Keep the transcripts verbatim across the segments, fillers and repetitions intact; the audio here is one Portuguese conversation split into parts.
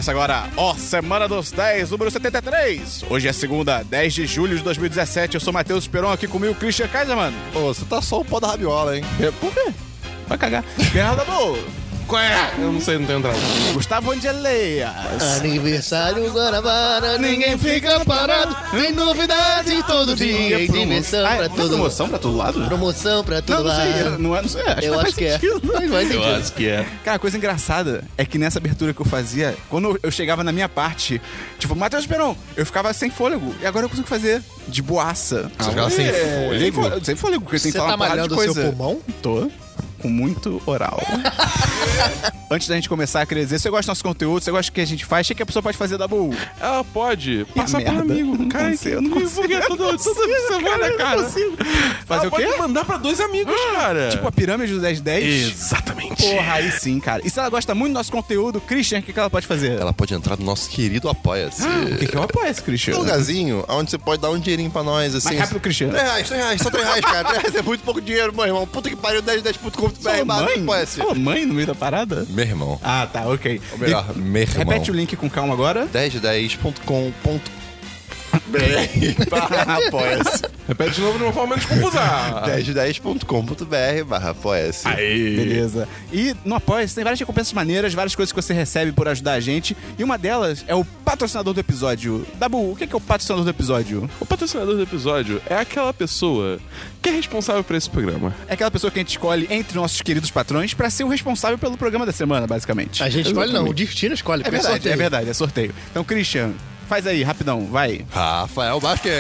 Começa agora, ó, Semana dos dez, número setenta e três. Hoje é segunda, dez de julho de dois mil e dezessete. Eu sou Matheus Esperon, aqui comigo, Christian Kaiserman. Ô, você tá só o pó da rabiola, hein? Por quê? Vai cagar. Bernardo Dabu. Qual é? Eu não sei, não tenho entrada. Gustavo Angeleias. Aniversário Guanabara, ninguém fica parado. Tem novidade todo dia, tem diversão ah, pra é todo promoção pra todo lado? Promoção pra todo Não, não lado. sei, não é, não sei. Acho Eu que acho que é. Mas vai Eu entender. acho que é. Cara, a coisa engraçada é que nessa abertura que eu fazia, quando eu chegava na minha parte, tipo, Matheus Esperon, eu ficava sem fôlego. E agora eu consigo fazer de boaça. Você ficava sem fôlego? Sem fôlego, sem fôlego, porque tem que Você falar tá uma porrada de malhando o coisa. seu pulmão? Tô. Com muito oral. Antes da gente começar, eu queria dizer, você gosta do nosso conteúdo, você gosta do que a gente faz, o que a pessoa pode fazer, Dabu? Ela pode passar E a para merda? amigo. Não Cara, consigo, que eu não consigo. porque toda, toda semana, cara. Eu não consigo. Fazer Ela o quê? pode mandar pra dois amigos, cara. Tipo a pirâmide do dez dez? Exatamente. Porra, aí sim, cara. E se ela gosta muito do nosso conteúdo, Christian, o que que ela pode fazer? Ela pode entrar no nosso querido Apoia-se. O que que é o apoia esse, Christian? Um lugarzinho onde você pode dar um dinheirinho pra nós, assim. Mais rápido, Christian. três reais, três reais, só três reais, cara. três reais é muito pouco dinheiro, meu irmão. Puta que pariu, dez dez ponto com ponto b r Falou barra mãe? Apoia-se. Falou mãe no meio da parada? Meu irmão. Ah, tá, ok. Ou melhor, E- meu irmão. Repete o link com calma agora. dez dez ponto com ponto b r barra Apoia-se. Repete de novo de uma forma menos confusa. dez dez ponto com ponto b r barra Apoia-se. Aí. Beleza. E no Apoia-se tem várias recompensas maneiras, várias coisas que você recebe por ajudar a gente. E uma delas é o patrocinador do episódio. Dabu, o que é, que é o patrocinador do episódio? O patrocinador do episódio é aquela pessoa que é responsável por esse programa. É aquela pessoa que a gente escolhe entre nossos queridos patrões pra ser o responsável pelo programa da semana, basicamente. A gente escolhe não, o Exatamente. destino escolhe. É porque verdade, sorteio. é verdade, é sorteio. Então, Christian, faz aí, rapidão, vai. Rafael Basquez.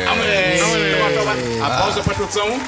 Aplausos pra produção.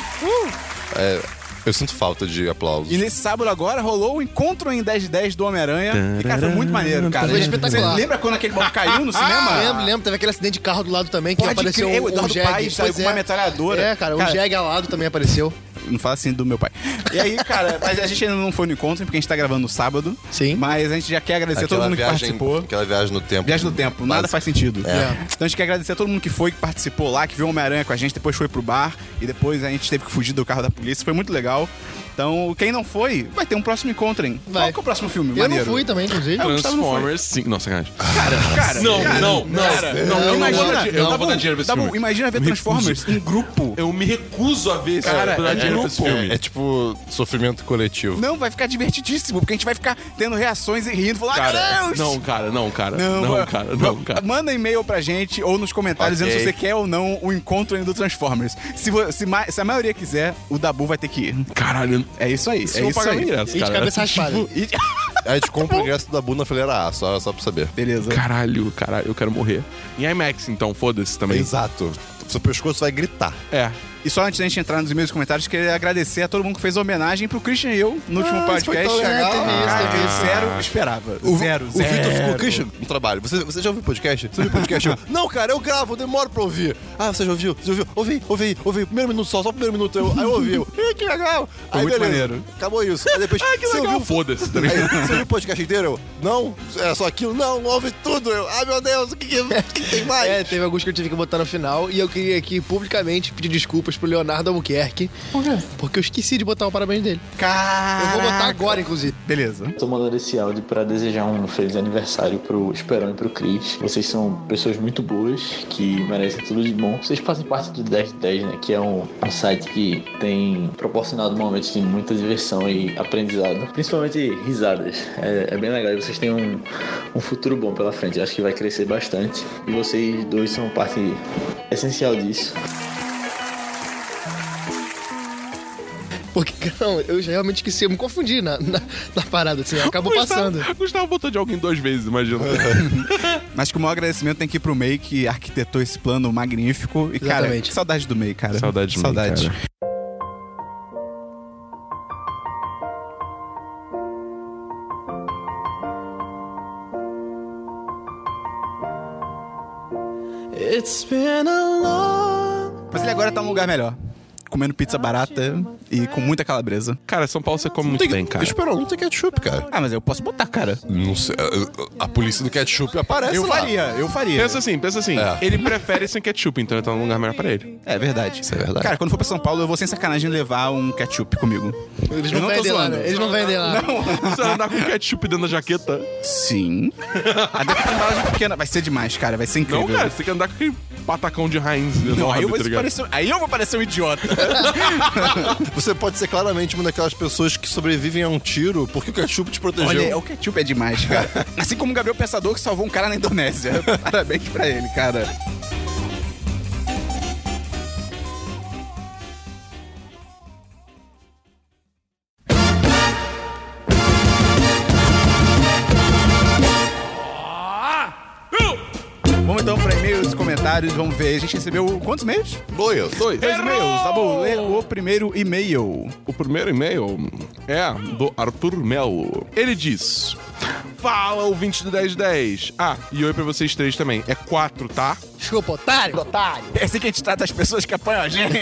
Eu sinto falta de aplausos. E nesse sábado agora rolou o encontro em dez de dez do Homem-Aranha. E, cara, foi muito maneiro, cara. Foi espetacular. Você lembra quando aquele maluco caiu no cinema? Lembro, lembro. Teve aquele acidente de carro do lado também, que Pode apareceu crer, um, o um Eduardo Jeg. Paes saiu Pois com é. uma metralhadora. É, cara, Cara, o Jeg ao lado também apareceu. Não fala assim do meu pai. E aí, cara, mas a gente ainda não foi no encontro, porque a gente tá gravando no sábado. Sim. Mas a gente já quer agradecer a todo mundo que participou. Aquela viagem no tempo. Viagem do tempo, nada Base- faz sentido. É. Então a gente quer agradecer a todo mundo que foi, que participou lá, que viu o Homem-Aranha com a gente, depois foi pro bar e depois a gente teve que fugir do carro da polícia. Foi muito legal. Então, quem não foi, vai ter um próximo encontro, hein? Vai. Qual que é o próximo filme? Eu Maneiro? não fui também, inclusive. É, o Gustavo não foi. Transformers cinco. Não, sacanagem. Cara, cara, Não, cara, não, não, cara, não, eu não imagina, vou dar dinheiro, eu não Dabu, vou dar dinheiro pra esse Dabu, filme. imagina ver Me Transformers em grupo. Eu me recuso a ver esse Cara, vou dar é dinheiro pra esse grupo. filme. É tipo sofrimento coletivo. Não, vai ficar divertidíssimo, porque a gente vai ficar tendo reações e rindo, falando, Cara, ah, Deus! não, cara, não, cara. Não, Não, va- cara, va- não, cara. Manda e-mail pra gente ou nos comentários Ok. dizendo se você quer ou não o encontro ainda do Transformers. Se, vo- se, ma- se a maioria quiser, o Dabu vai ter que ir. Caralho. É isso aí, Se é eu isso pagar meu aí. ingresso, E de cara. cabeça raspada. E- A gente compra o ingresso da Buna fileira A, só, só pra saber. Beleza. Caralho, caralho, eu quero morrer. Em IMAX, então, foda-se também. Exato. Seu pescoço vai gritar. É. E só antes da gente entrar nos e-mails e comentários, queria agradecer a todo mundo que fez homenagem pro Christian e eu no último Ah, isso foi podcast. tão legal. Cara, Teve isso, teve isso. Zero esperava. O, zero, o zero. Vitor ficou, Christian, no trabalho. Você, você já ouviu podcast? Você ouviu podcast? Eu, não, cara, eu gravo, eu demoro pra ouvir. Ah, você já ouviu? Você já ouviu? Ouvi, ouvi, ouvi. Primeiro minuto só, só o primeiro minuto. Eu, aí eu ouvi. Eu, Ih, que legal. Aí muito beleza. maneiro. Acabou isso. Aí depois, Ah, que você legal. ouviu? Foda-se, tá Aí, ligado? você ouviu o podcast inteiro? Eu, não, é só aquilo. Não, ouve tudo. Eu, ai meu Deus, o que, que, o que que tem mais? É, teve alguns que eu tive que botar no final. E eu queria aqui publicamente pedir desculpas pro Leonardo Albuquerque. Por quê? Porque eu esqueci de botar o parabéns dele. Caraca. Eu vou botar agora, inclusive. Beleza. Tô mandando esse áudio pra desejar um feliz aniversário pro Esperão e pro Cris. Vocês são pessoas muito boas, que merecem tudo de bom. Vocês fazem parte do dez de dez, né? Que é um, um site que tem proporcionado momentos de muita diversão e aprendizado. Principalmente risadas. É, é bem legal e vocês têm um, um futuro bom pela frente. Eu acho que vai crescer bastante. E vocês dois são parte essencial disso. Porque, não, eu já realmente esqueci, eu me confundi na, na, na parada, assim, acabou Gustavo- passando. Gustavo botou de alguém duas vezes, imagina. Mas que o maior agradecimento tem que ir pro May, que arquitetou esse plano magnífico. E, cara, Exatamente. que saudade do May, cara. Saudade de mim, Saudade. cara. Mas ele agora tá num lugar melhor. comendo pizza barata e com muita calabresa. Cara, São Paulo você come muito Tem, bem, cara. Espera, não tem ketchup, cara. Ah, mas eu posso botar, cara. Não sei. A polícia do ketchup aparece Eu lá. faria, eu faria. Pensa assim, pensa assim. É. Ele prefere sem ketchup, então ele tá num lugar melhor pra ele. É verdade. Isso é verdade. Cara, quando for pra São Paulo, eu vou sem sacanagem levar um ketchup comigo. Eles Eu não, não tô vendem lá, zoando. né? Eles não vendem lá. Você vai andar com ketchup dentro da jaqueta? Sim. Até que tem embalagem pequena. Vai ser demais, cara. Vai ser incrível. Não, cara, você tem que andar com aquele patacão de Heinz Não, enorme, aí, eu vou tá ligado? parecer, aí eu vou parecer um idiota. Você pode ser claramente uma daquelas pessoas que sobrevivem a um tiro porque o ketchup te protegeu. Olha, o ketchup é demais, cara. Assim como o Gabriel Pensador, que salvou um cara na Indonésia. Parabéns pra ele, cara. Vamos então pra e-mails e comentários. Vamos ver. A gente recebeu quantos e-mails? Dois. Dois. Dois e-mails. Tá bom. Lê o primeiro e-mail. O primeiro e-mail é do Arthur Melo. Ele diz: Fala, ouvinte do dez dez. Ah, e oi pra vocês três também. É quatro, tá? Chupa, otário. Otário. É assim que a gente trata as pessoas que apoiam a gente.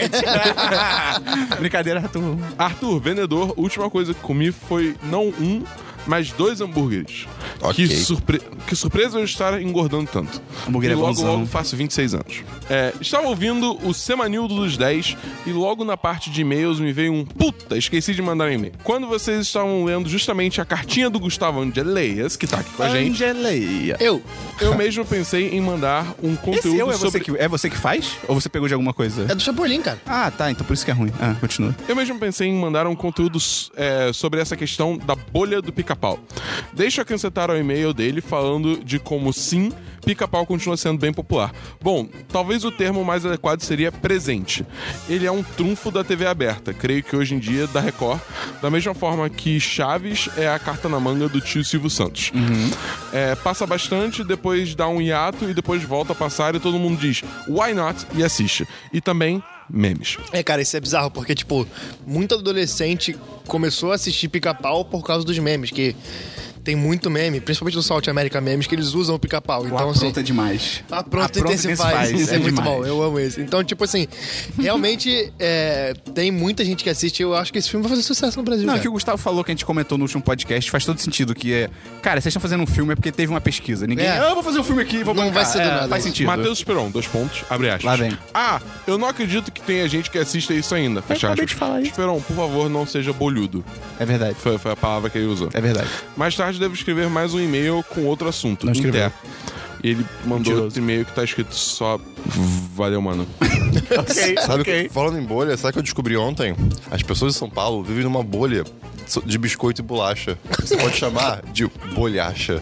Brincadeira, Arthur. Arthur, vendedor, última coisa que comi foi não um, mas dois hambúrgueres. Ok. Que, surpre... que surpresa eu estar engordando tanto. Hambúrguer e é logo, bonzão. logo faço vinte e seis anos. É, estava ouvindo o Semanildo dos dez e logo na parte de e-mails me veio um puta, esqueci de mandar um e-mail. Quando vocês estavam lendo justamente a cartinha do Gustavo Angeleias, que tá aqui com a gente, Angeleia. Eu. eu mesmo pensei em mandar um conteúdo Esse eu é você, sobre... que, é você que faz? Ou você pegou de alguma coisa? É do Chapolin, cara. Ah, tá. Então por isso que é ruim. Ah, continua. Eu mesmo pensei em mandar um conteúdo é, sobre essa questão da bolha do pica-pau. Deixa eu acrescentar ao e-mail dele falando de como, sim, pica-pau continua sendo bem popular. Bom, talvez o termo mais adequado seria presente. Ele é um trunfo da T V aberta, creio que hoje em dia, da Record, da mesma forma que Chaves é a carta na manga do tio Silvio Santos. É, passa bastante, depois dá um hiato e depois volta a passar e todo mundo diz why not e assiste. E também memes. É, cara, isso é bizarro, porque, tipo, muito adolescente começou a assistir Pica-Pau por causa dos memes, que tem muito meme, principalmente do South America Memes, que eles usam o Pica-Pau. Então, assim... é demais. Ah, pronto, Ah, pronto, intensifaz. intensifaz. Isso é, É muito demais. bom, eu amo isso. Então, tipo assim, realmente é, tem muita gente que assiste. Eu acho que esse filme vai fazer sucesso no Brasil. Não, cara. que o Gustavo falou que a gente comentou no último podcast faz todo sentido, que é... Cara, vocês estão fazendo um filme é porque teve uma pesquisa. Ninguém... É. Ah, eu vou fazer um filme aqui, vou Não bancar. vai ser do É, nada Faz isso. sentido. Matheus Esperon, dois pontos, abre aspas. Lá vem. Ah, eu não acredito que tenha gente que assista isso ainda, fecha acabei aspas. de falar isso. Esperon, por favor, não seja bolhudo. É verdade. Foi, foi a palavra que ele usou. É verdade. Mais tarde devo escrever mais um e-mail com outro assunto. Não escreveu. Inter. E ele mandou Mentiroso. outro e-mail que tá escrito só valeu, mano. Ok, Sabe, ok. que- falando em bolha, sabe o que eu descobri ontem? As pessoas de São Paulo vivem numa bolha so- de biscoito e bolacha. Você pode chamar de bolhacha.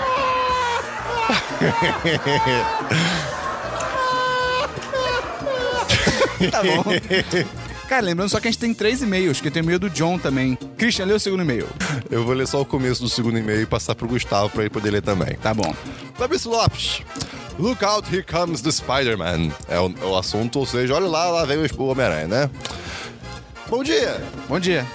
Tá bom. Cara, lembrando só que a gente tem três e-mails, que tem o e-mail do John também. Christian, lê o segundo e-mail. Eu vou ler só o começo do segundo e-mail e passar pro Gustavo pra ele poder ler também. Tá bom. Fabrício Lopes. Look out, here comes the Spider-Man. É o, é o assunto, ou seja, olha lá, lá vem o Homem-Aranha, né? Bom dia! Bom dia.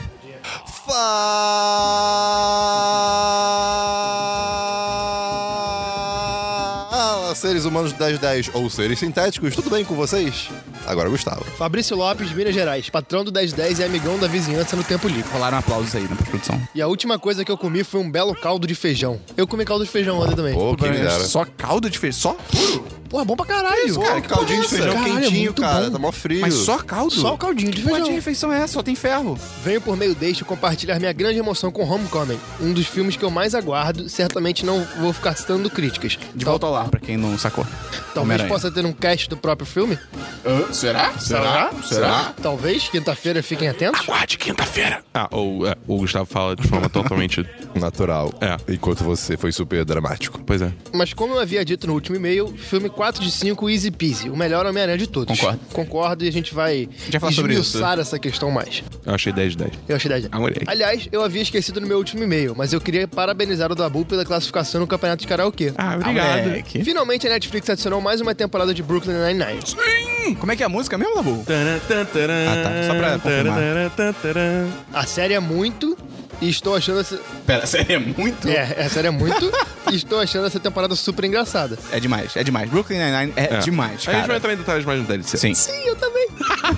Fala, seres humanos dez dez ou seres sintéticos, tudo bem com vocês? Agora, Gustavo. Fabrício Lopes, Minas Gerais, patrão do dez dez e amigão da vizinhança no tempo livre. Rolaram aplausos aí na produção. E a última coisa que eu comi foi um belo caldo de feijão. Eu comi caldo de feijão ontem também. Pô, quem me dera. Só caldo de feijão? Só? Porra, bom pra caralho. Pô, Cara, que caldinho de porra é essa? feijão Caralho, é quentinho, muito cara. bom. Tá mó frio. Mas só caldo? Só o caldinho de Que feijão. de refeição é essa? Só tem ferro. Venho por meio deste compartilhar minha grande emoção com Homecoming, um dos filmes que eu mais aguardo. Certamente não vou ficar citando críticas. De Tal- volta ao lar, pra quem não sacou. Talvez Homem-Aranha. possa ter um cast do próprio filme. Será? Será? Será? Talvez, quinta-feira, fiquem atentos. Aguarde quinta-feira. Ah, ou é, o Gustavo fala de forma totalmente... Natural. É. Enquanto você foi super dramático. Pois é. Mas como eu havia dito no último e-mail, filme quatro de cinco easy peasy, o melhor Homem-Aranha de todos. Concordo. Concordo e a gente vai vai falar sobre isso. esmiuçar essa questão mais. Eu achei dez de dez. Eu achei dez. Adorei. Aliás, eu havia esquecido no meu último e-mail, mas eu queria parabenizar o Dabu pela classificação no campeonato de karaokê. Ah, Ah, obrigado. moleque. Finalmente a Netflix adicionou mais uma temporada de Brooklyn Nine-Nine. Como é que é a música mesmo, Dabu? Ah, tá. Só pra confirmar. A série é muito e estou achando essa... Pera, sério, é muito? É, a série é muito e estou achando essa temporada super engraçada. É demais, é demais. Brooklyn Nine-Nine é, É. demais, A cara. gente vai entrar em detalhes mais no D L C. Sim. Sim, eu também.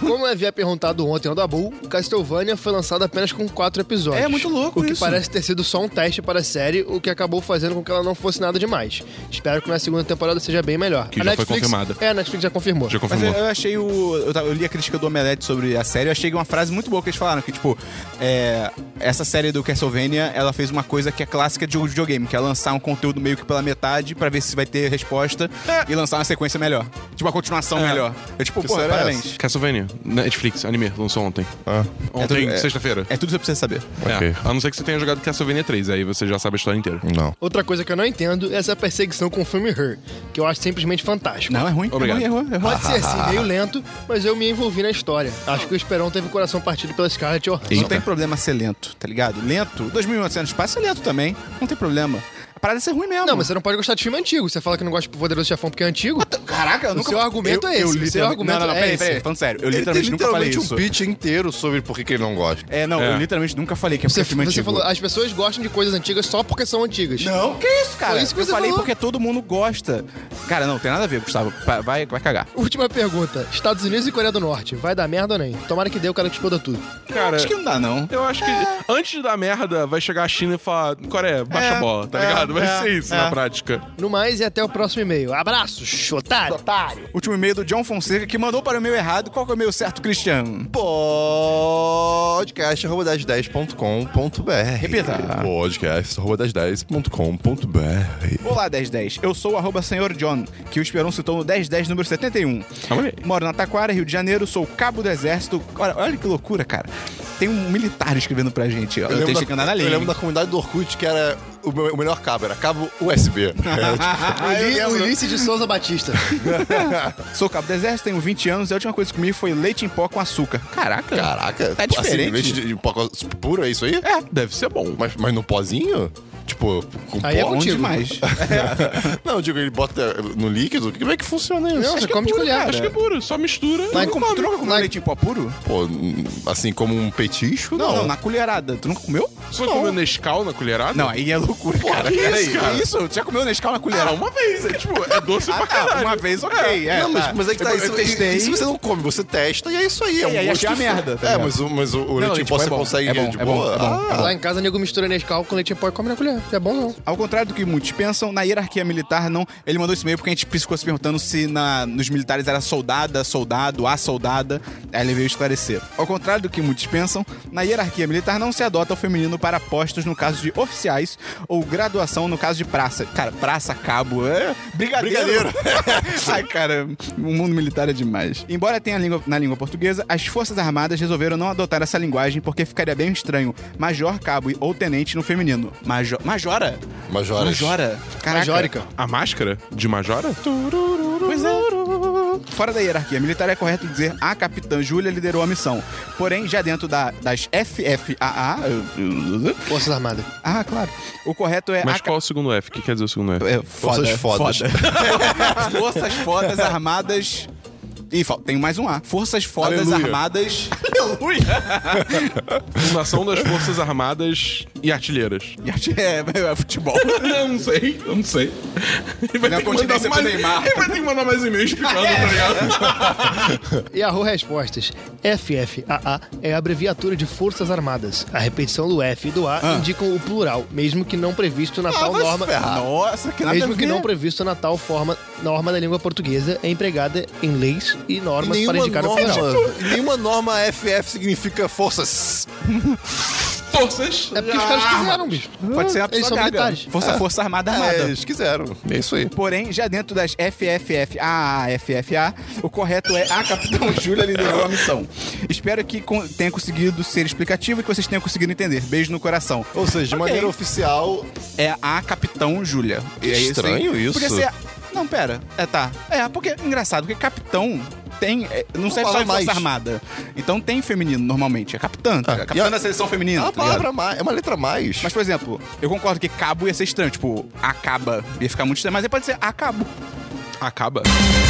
Como eu havia perguntado ontem ao Dabu, Castlevania foi lançado apenas com quatro episódios. É muito louco O que isso. parece ter sido só um teste para a série, o que acabou fazendo com que ela não fosse nada demais. Espero que na segunda temporada seja bem melhor. Que a já foi Netflix, confirmada. É, a Netflix já confirmou. Já Mas confirmou. eu, eu achei o. Eu, tava- eu li a crítica do Omelete sobre a série, eu achei uma frase muito boa que eles falaram, que, tipo, é, essa série do Castlevania, ela fez uma coisa que é clássica de um videogame, que é lançar um conteúdo meio que pela metade pra ver se vai ter resposta e lançar uma sequência melhor. Tipo, uma continuação É. melhor. Eu, tipo, Que pô, série é parabéns. Castlevania, Netflix, anime, lançou ontem. Ah, Ontem, É tudo- é- sexta-feira. É tudo que você precisa saber. É. ok. A não ser que você tenha jogado Castlevania três, aí você já sabe a história inteira. Não. Outra coisa que eu não entendo é essa perseguição com o filme Her, que eu acho simplesmente fantástico. Não, é ruim. Obrigado. É ruim, errou, errou. Pode ser assim, meio lento, mas eu me envolvi na história. Acho que o Esperão teve o coração partido pela Scarlett Johansson. Não tem problema ser lento, tá ligado? Lento. dois mil e oitocentos espaço é lento também. Não tem problema. A parada é ser ruim mesmo. Não, mas você não pode gostar de filme antigo. Você fala que não gosta de Poderoso Chefão porque é antigo. Caraca, eu O nunca... seu argumento é esse, Eu, o seu literalmente... argumento Não, não, não, é peraí, esse. peraí, falando sério. Eu Ele tem literalmente nunca falei literalmente isso. um pitch inteiro sobre por que que ele não gosta. É, não, É. eu literalmente nunca falei que é porque Você, é filme você antigo. falou, as pessoas gostam de coisas antigas só porque são antigas. Não, que isso, cara? Foi isso que eu você falei falou. porque todo mundo gosta. Cara, não, tem nada a ver, Gustavo. Pa- Vai, vai cagar. Última pergunta. Estados Unidos e Coreia do Norte. Vai dar merda ou nem? Tomara que dê, o cara que exploda tudo. Cara, Acho que não dá, não. eu acho que antes de dar merda, vai chegar a China e falar: Coreia, baixa É, a bola, tá é, ligado? Vai é, ser isso é. na prática. No mais, e até o próximo e-mail. Abraços, otário. Otário. Último e-mail do John Fonseca, que mandou para o e-mail errado. Qual que é o e-mail certo, Cristiano? podcast arroba dez dez ponto com ponto b r. Repita. podcast arroba dez dez ponto com ponto b r. Olá, dez dez. Eu sou o arroba senhor John, que o Esperon citou no dez dez número setenta e um. Olha aí. Moro na Taquara, Rio de Janeiro, sou cabo do exército. Olha, olha que loucura, cara. Tem um militar escrevendo pra gente, ó. Eu, tenho que andar na eu linha. lembro da comunidade do Orkut que era o, me- o melhor cabo, era cabo U S B. Era, tipo, Ah, eu Uli- lembro. Ulisses de Souza Batista. Sou cabo do exército, tenho vinte anos e a última coisa que comi foi leite em pó com açúcar. Caraca. Caraca, Tá assim, diferente. leite de, de pó puro, é isso aí? É, deve ser bom. Mas, mas no pozinho? Tipo, com Aí é pó? Bom contigo. demais. Não, eu digo, ele bota no líquido? Como é que funciona isso? Não, você come de colher. Acho que é puro, só mistura. Mas e Como, come. tu nunca comeu Like- leite em pó puro? Pô, assim como um petisco? Não, Não, não, na colherada. Tu nunca comeu? Você comeu Nescau na colherada? Não, aí é loucura, cara. que Peraí, isso, cara? que isso? Tu já comeu Nescau na colherada? Ah, uma vez. É tipo, é doce Ah, pra tá, caralho. uma vez, ok. É, Não, mas, tá. mas é que tá. Eu, isso, eu testei. E se você não come, você testa e é isso aí. É um E aí gosto achei a de- merda, tá É, ligado? mas o, mas o, o Não, leite em leite pó em pó você é bom, consegue é bom, de é bom, boa? é bom, Ah, Lá em casa, nego mistura Nescau com leite em pó e come na colher. Não é bom, não. Ao contrário do que muitos pensam, na hierarquia militar não. Ele mandou esse e-mail porque a gente ficou se perguntando se na, nos militares era soldada, soldado, a soldada. Aí ele veio esclarecer. Ao contrário do que muitos pensam, na hierarquia militar não se adota o feminino para postos no caso de oficiais ou graduação no caso de praça. Cara, praça, cabo, é brigadeiro. Brigadeiro. Ai, cara, o mundo militar é demais. Embora tenha língua, na língua portuguesa, as Forças Armadas resolveram não adotar essa linguagem porque ficaria bem estranho major, cabo ou tenente no feminino. Major, majora? Majoras. Majora. Caraca. Majórica. A máscara de Majora? Pois é. Fora da hierarquia militar, é correto dizer a capitã Júlia liderou a missão. Porém, já dentro da, das F F A A... Forças Armadas. Ah, claro. O correto é... Mas a qual é o segundo F? O que quer dizer o segundo F? É, Forças fodas. foda. Forças Fodas Armadas... Ih, fal- tem mais um A. Forças Fodas Aleluia. Armadas... Aleluia! Fundação das Forças Armadas e Artilheiras. E arte- É, é futebol. Eu não sei, eu não sei. Ele vai Não, ter que mandar continência pro mais, Neymar. ele vai ter que mandar mais e-mail explicando, tá ligado? Yahoo Respostas. F F A A é a abreviatura de Forças Armadas. A repetição do F e do A Ah. indicam o plural, mesmo que não previsto na Ah, tal vai se norma. ferrar. Nossa, que nada Mesmo a que ver. não previsto na tal forma, norma da língua portuguesa é empregada em leis e E normas para nenhuma, indicar o norma, plural. e nenhuma norma F F significa forças. Forças. É porque os caras quiseram, bicho. Pode ser uma Eles pessoa são gaga. militares. Força, Força Armada Armada. É, eles quiseram. É isso aí. Porém, já dentro das F F F A A F F A, o correto é a Capitão Júlia liderou a missão. Espero que con- tenha conseguido ser explicativo e que vocês tenham conseguido entender. Beijo no coração. Ou seja, de Ok. maneira oficial, É a Capitão Júlia. Que E é estranho aí. isso. Podia ser... Não, pera. É, tá. É, porque... Engraçado, porque Capitão... Tem, é, não serve só palavra em Força mais. Armada. Então tem feminino normalmente. É capitã. tá? Ah, Capitã e a- da seleção é feminina. uma tá ligado? palavra mais, é uma letra a mais. Mas, por exemplo, eu concordo que cabo ia ser estranho. Tipo, acaba. Ia ficar muito estranho. Mas aí pode ser acabo. Acaba.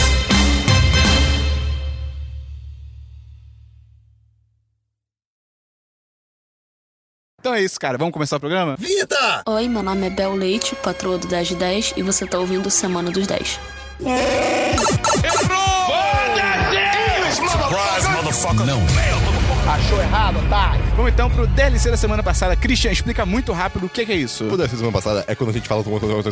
Então é isso, cara. Vamos começar o programa? Vida! Oi, meu nome é Bel Leite, patroa do dez de dez, e você tá ouvindo Semana dos dez. Surprise, motherfucker! motherfucker. Não. Achou errado, otário. Vamos então pro D L C da semana passada. Christian, explica muito rápido o que, que é isso. O D L C da semana passada é quando a gente fala...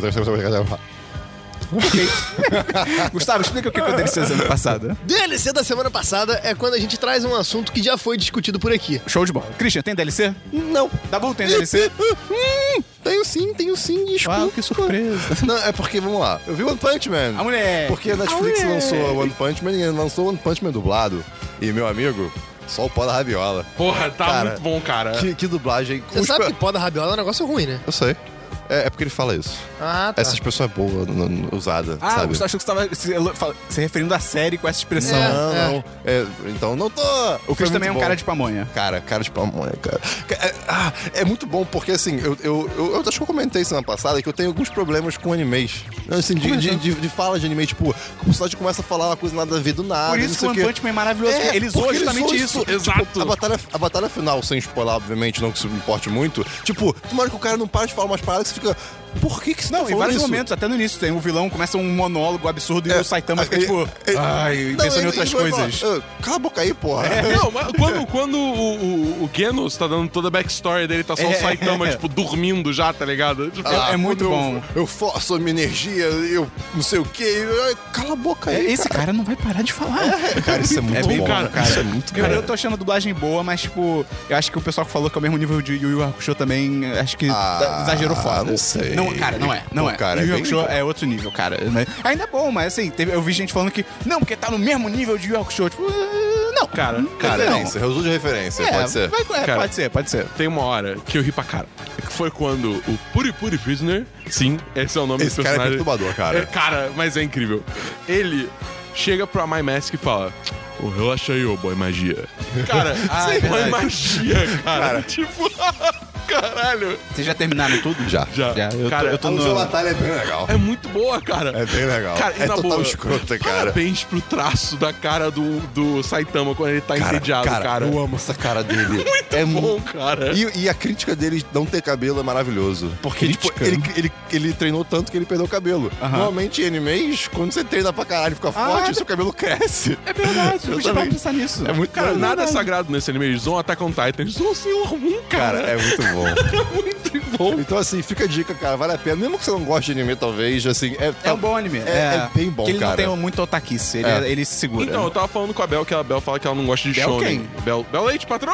Gustavo, explica o que é o D L C da semana passada. D L C da semana passada é quando a gente traz um assunto que já foi discutido por aqui. Show de bola. Christian, tem D L C? Não. Dabu, tem D L C? Hum, tenho sim, tenho sim, desculpa. Uau, que surpresa. Não, é porque, vamos lá, eu vi One Punch Man. A mulher. Porque a Netflix lançou One Punch Man e lançou One Punch Man dublado. E meu amigo, só o pó da rabiola. Porra, tá Cara, muito bom, cara. Que, que dublagem. Você Os sabe pe- que pó da rabiola é um negócio ruim, né? Eu sei. É, é porque ele fala isso. Ah, tá. Essa expressão é boa, n- n- usada, Ah, sabe? Gustavo, achou que você estava se, fala- se referindo à série com essa expressão. É. Não, não. É, então não tô. O Chris também é um cara de pamonha. Cara, cara de pamonha, cara. É, ah, é muito bom porque, assim, eu, eu, eu, eu acho que eu comentei semana passada que eu tenho alguns problemas com animes. Assim, de, de, de, de fala de anime, tipo, o personagem começa a falar uma coisa nada a ver do nada. Por não isso que sei o o One quê. Punch Man é maravilhoso. É, ele zoa porque justamente ele isso. zoa Tipo, a, batalha, a batalha final, sem spoiler, obviamente, não que isso me importe muito. Tipo, tem uma hora que o cara não para de falar umas paradas que você fica. Por que que você Não, tá em falando vários isso? momentos, até no início, tem o vilão começa um monólogo absurdo e É, o Saitama fica é, tipo, é, ai, Não, pensando em ele- outras ele vai coisas. falar, "Ah, cala a boca aí, porra. Não, mas quando, quando o, o, o Genos tá dando toda a backstory dele, tá só o É. Saitama, tipo, dormindo já, tá ligado? Tipo, É- é muito quando bom. Eu, eu forço a minha energia, eu não sei o quê. eu- Cala a boca aí. Esse cara não vai parar de falar. Cara, isso é muito É bem bom, bom, cara. Isso é muito Cara, bom. eu tô achando a dublagem boa, mas, tipo, eu acho que o pessoal que falou que é o mesmo nível de Yu Yu Hakusho também, acho que Ah, exagerou foda. não sei. Não, cara, não é, não Pô, é. cara, Yu Yu é Hakusho bem- é outro nível, cara. Mas ainda é bom, mas assim, teve- eu vi gente falando que, não, porque tá no mesmo nível de Yu Yu Hakusho. Tipo, uh, não, Cara, Cara, não. referência, uso de referência, É, pode ser. vai- é, Cara. pode ser, pode ser. tem uma hora que eu ri pra cara. Que foi quando o Puri Puri Prisoner, sim, esse é o nome Esse do cara é personagem. perturbador, cara. É, cara, mas é incrível. Ele chega pra My Mask e fala: "Oh, relaxa aí, ô boy magia." Cara, Ah, é boy verdade. magia, cara. Cara. Tipo, caralho. Vocês já terminaram tudo? Já. Já. Já, eu Cara, tô, eu tô A no... Lusa Batalha é bem legal. É muito boa, cara. É bem legal. Cara, e é na total boa, escrota, cara. Parabéns pro traço da cara do, do Saitama quando ele tá Cara, entediado, cara. cara, eu amo essa cara dele. é Bom, mu- cara. E, e a crítica dele não ter cabelo é maravilhoso. Porque, tipo, Crítica? ele, ele, ele treinou tanto que ele perdeu o cabelo. Normalmente, em animes, quando você treina pra caralho e fica forte, o seu cabelo cresce. É verdade, eu Eu já também. pra pensar nisso. É muito Cara, maneiro. nada é sagrado nesse anime. Eles usam Attack on Titan, eles usam Sailor Moon, Cara, cara. é muito bom. É muito bom. Então, assim, fica a dica, cara. Vale a pena. Mesmo que você não goste de anime, talvez, assim... É, É um bom anime. É, é bem bom, Porque ele cara. não tem muito otaquice, ele, É. ele se segura. Então, eu tava falando com a Bel, que a Bel fala que ela não gosta de Bel shonen. quem? Bel, Bel Leite, patroa!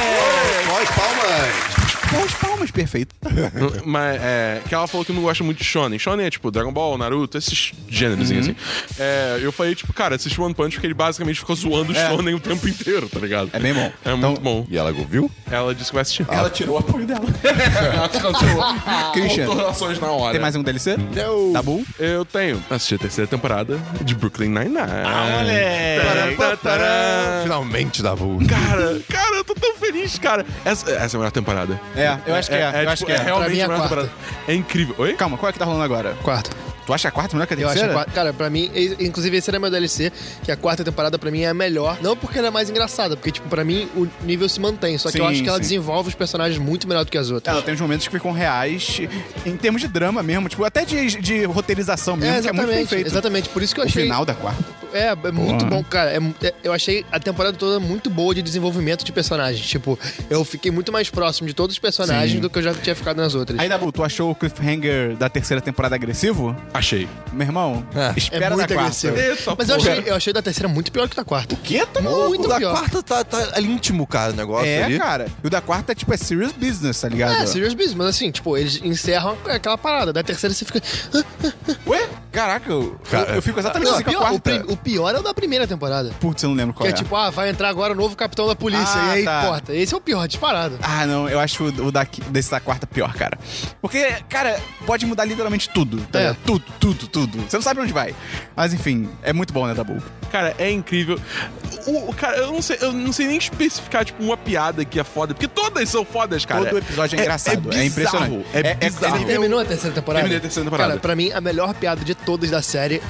Nós, palmas! Palmas, palmas, perfeito. Mas, é, que ela falou que não gosta muito de shonen. Shonen é, tipo, Dragon Ball, Naruto, esses gêneros, assim. É, eu falei, tipo, cara, assiste One Punch porque ele basicamente ficou zoando o É. shonen o tempo inteiro, tá ligado? É bem bom. É Então, muito bom. E ela viu? Ela disse que vai assistir. Ela tirou o apoio dela. Ela cancelou. Christian, Contornações na hora. tem mais um D L C? Não. Tá bom? Eu tenho. Assisti a terceira temporada de Brooklyn Nine-Nine. Ah, moleque. Tarará. Finalmente, Dabu. Cara, cara, eu tô tão feliz, cara. Essa, essa é a melhor temporada. É, eu acho que é, eu acho que é. realmente Pra mim é a melhor a quarta. temporada. É incrível. Oi? Calma, qual é que tá rolando agora? Quarta. Tu acha a quarta melhor que a Eu acho terceira? a quarta. Cara, pra mim, e- inclusive esse era meu D L C, que a quarta temporada pra mim é a melhor. Não porque ela é mais engraçada, porque, tipo, pra mim o nível se mantém. Só que eu Sim, acho que ela sim. desenvolve os personagens muito melhor do que as outras. Ela tem uns momentos que ficam reais, em termos de drama mesmo, tipo, até de, de roteirização mesmo, É, que é muito bem exatamente, feito. exatamente. Por isso que eu O achei. final da quarta. É, é muito bom, cara. É- é- eu achei a temporada toda muito boa de desenvolvimento de personagens. Tipo, eu fiquei muito mais próximo de todos os personagens Sim. do que eu já tinha ficado nas outras. Aí, Dabu, tu achou o cliffhanger da terceira temporada agressivo? Achei. Meu irmão, é espera muito da quarta. agressivo. Eita, Mas eu porra. achei, eu achei da terceira muito pior que da quarta. O quê? Tá Muito o da pior. quarta tá, tá ali íntimo, cara, o negócio É, ali. cara. E o da quarta, tipo, é serious business, tá ligado? É, serious business, mas assim, tipo, eles encerram aquela parada. Da terceira você fica. Ué? Caraca, eu, Cara, eu, eu fico exatamente Não, assim com a pior, o, quarta. prim- o pior é o da primeira temporada. Putz, eu não lembro qual Que é. é tipo, ah, vai entrar agora o novo capitão da polícia. Ah, e aí, tá. corta. Esse é o pior, disparado. Ah, não, eu acho o, o daqui, desse da quarta pior, cara. Porque, cara, pode mudar literalmente tudo, tá É. ligado? Tudo, tudo, tudo. Você não sabe pra onde vai. Mas enfim, é muito bom, né, Dabu? Cara, é incrível. O, o- cara, eu não sei, eu não sei nem especificar, tipo, uma piada que é foda, porque todas são fodas, cara. Todo episódio é engraçado, é bizarro, impressionante. É, É- é- bizarro. ele Você terminou a terceira temporada? Terminei a terceira temporada. Cara, pra mim, a melhor piada de todas da série é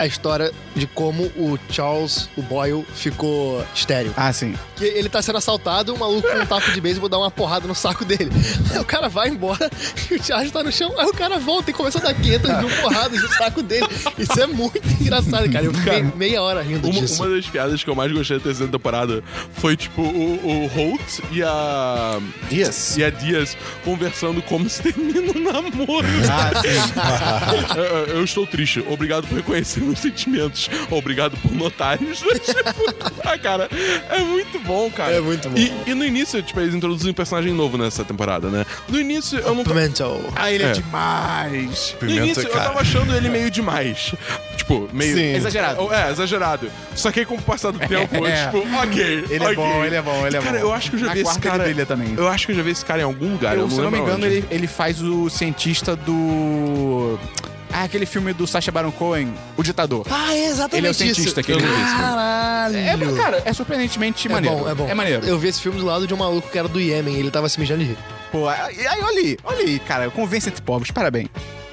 a história de como o Charles, o Boyle, ficou estéreo. Ah, sim. Que ele tá sendo assaltado, o maluco com um taco de beisebol dá uma porrada no saco dele. Aí o cara vai embora e o Charles tá no chão, aí o cara volta e começa a dar quinhentas mil porradas no saco dele. Isso é muito engraçado, cara. Eu fiquei Cara, meia hora rindo Uma, disso. uma das piadas que eu mais gostei da terceira temporada foi, tipo, o, o Holt e a... Dias. E a Dias conversando como se termina um namoro. Ah, sim. eu, eu- eu estou triste. Obrigado por reconhecer meus sentimentos. Obrigado por notares. Tipo, ah, cara, é muito bom, cara. É muito bom. E, e no início, tipo, eles introduzem um personagem novo nessa temporada, né? No início, eu não... Pimentel. Ah, ele é, É. demais. No Pimenta, início, eu cara. tava achando ele meio demais. Tipo, meio... Sim. Exagerado. É, exagerado. Só que aí, com o passar do tempo, É. tipo, ok. Ele é ok. bom, ele é bom, ele é Cara, bom. eu acho que eu já Na vi esse quarta cara... ele brilha também. Eu acho que eu já vi esse cara em algum lugar. Eu, Eu, se eu não me lembro engano, onde. ele, ele faz o cientista do... Ah, aquele filme do Sacha Baron Cohen, O Ditador. Ah, é exatamente Ele é o isso. cientista que ele fez. Caralho. É, bom, cara, é surpreendentemente É maneiro. bom, é bom. É maneiro. Eu vi esse filme do lado de um maluco que era do Iêmen, ele tava se mijando de rir. Pô, aí, aí, olha aí, olha aí, cara, convence entre pobres, parabéns.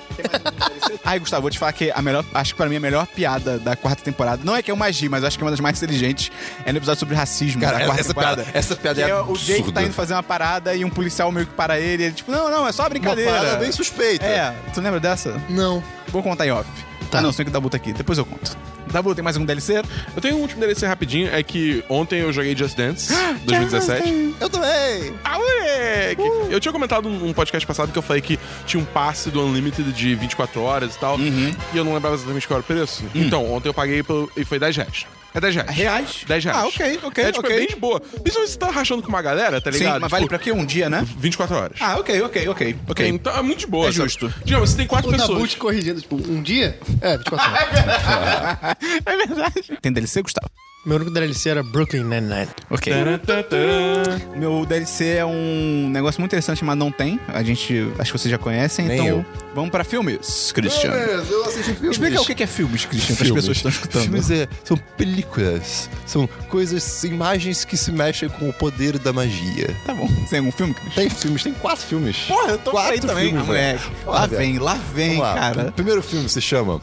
Ai, Gustavo, vou te falar que a melhor, acho que pra mim a melhor piada da quarta temporada, não é que é uma G, mas acho que é uma das mais inteligentes, é no episódio sobre racismo Cara, da quarta essa temporada. piada- essa piada Que é o Jake absurda. tá indo fazer uma parada e um policial meio que para ele, e ele tipo, não, não, é só uma Uma brincadeira. parada bem suspeita. É, tu lembra dessa? Não. Vou contar em off. Tá. Ah, não, você tem que dar buta aqui, depois eu conto. Dabu, tem mais algum D L C? Eu tenho um último D L C rapidinho, é que ontem eu joguei Just Dance dois mil e dezessete. Eu também. Ah, moleque! Eu tinha comentado num podcast passado que eu falei que tinha um passe do Unlimited de vinte e quatro horas e tal, e eu não lembrava exatamente qual era o preço. Então, ontem eu paguei pelo, e foi dez reais. É dez reais. Reais? dez reais. Ah, ok, ok, É, tipo, ok. é bem de boa. Principalmente se você tá rachando com uma galera, tá Sim, ligado? mas vale Tipo, pra quê? Um dia, né? vinte e quatro horas. Ah, ok, ok, ok, ok. Então é muito de boa. É sabe? justo. Digamos, você tem quatro O Dabu pessoas. te corrigindo, tipo, um dia? É, vinte e quatro horas. É verdade. Tem D L C, Gustavo? Meu único D L C era Brooklyn Nine-Nine. Ok. Taratata. Meu D L C é um negócio muito interessante, mas não tem. A gente, acho que vocês já conhecem, Nem então eu. vamos pra filmes, Christian. Eu assisti filmes. Explica o que é filmes, Christian, para as Filmes. pessoas que estão escutando. Filmes é, são películas. São coisas, imagens que se mexem com o poder da magia. Tá bom. Tem algum filme, Christian? Tem filmes, tem quatro filmes. Porra, eu tô quatro aí também, filmes, moleque. velho. Lá Olha, vem, lá vem, Vamos lá. cara. O primeiro filme se chama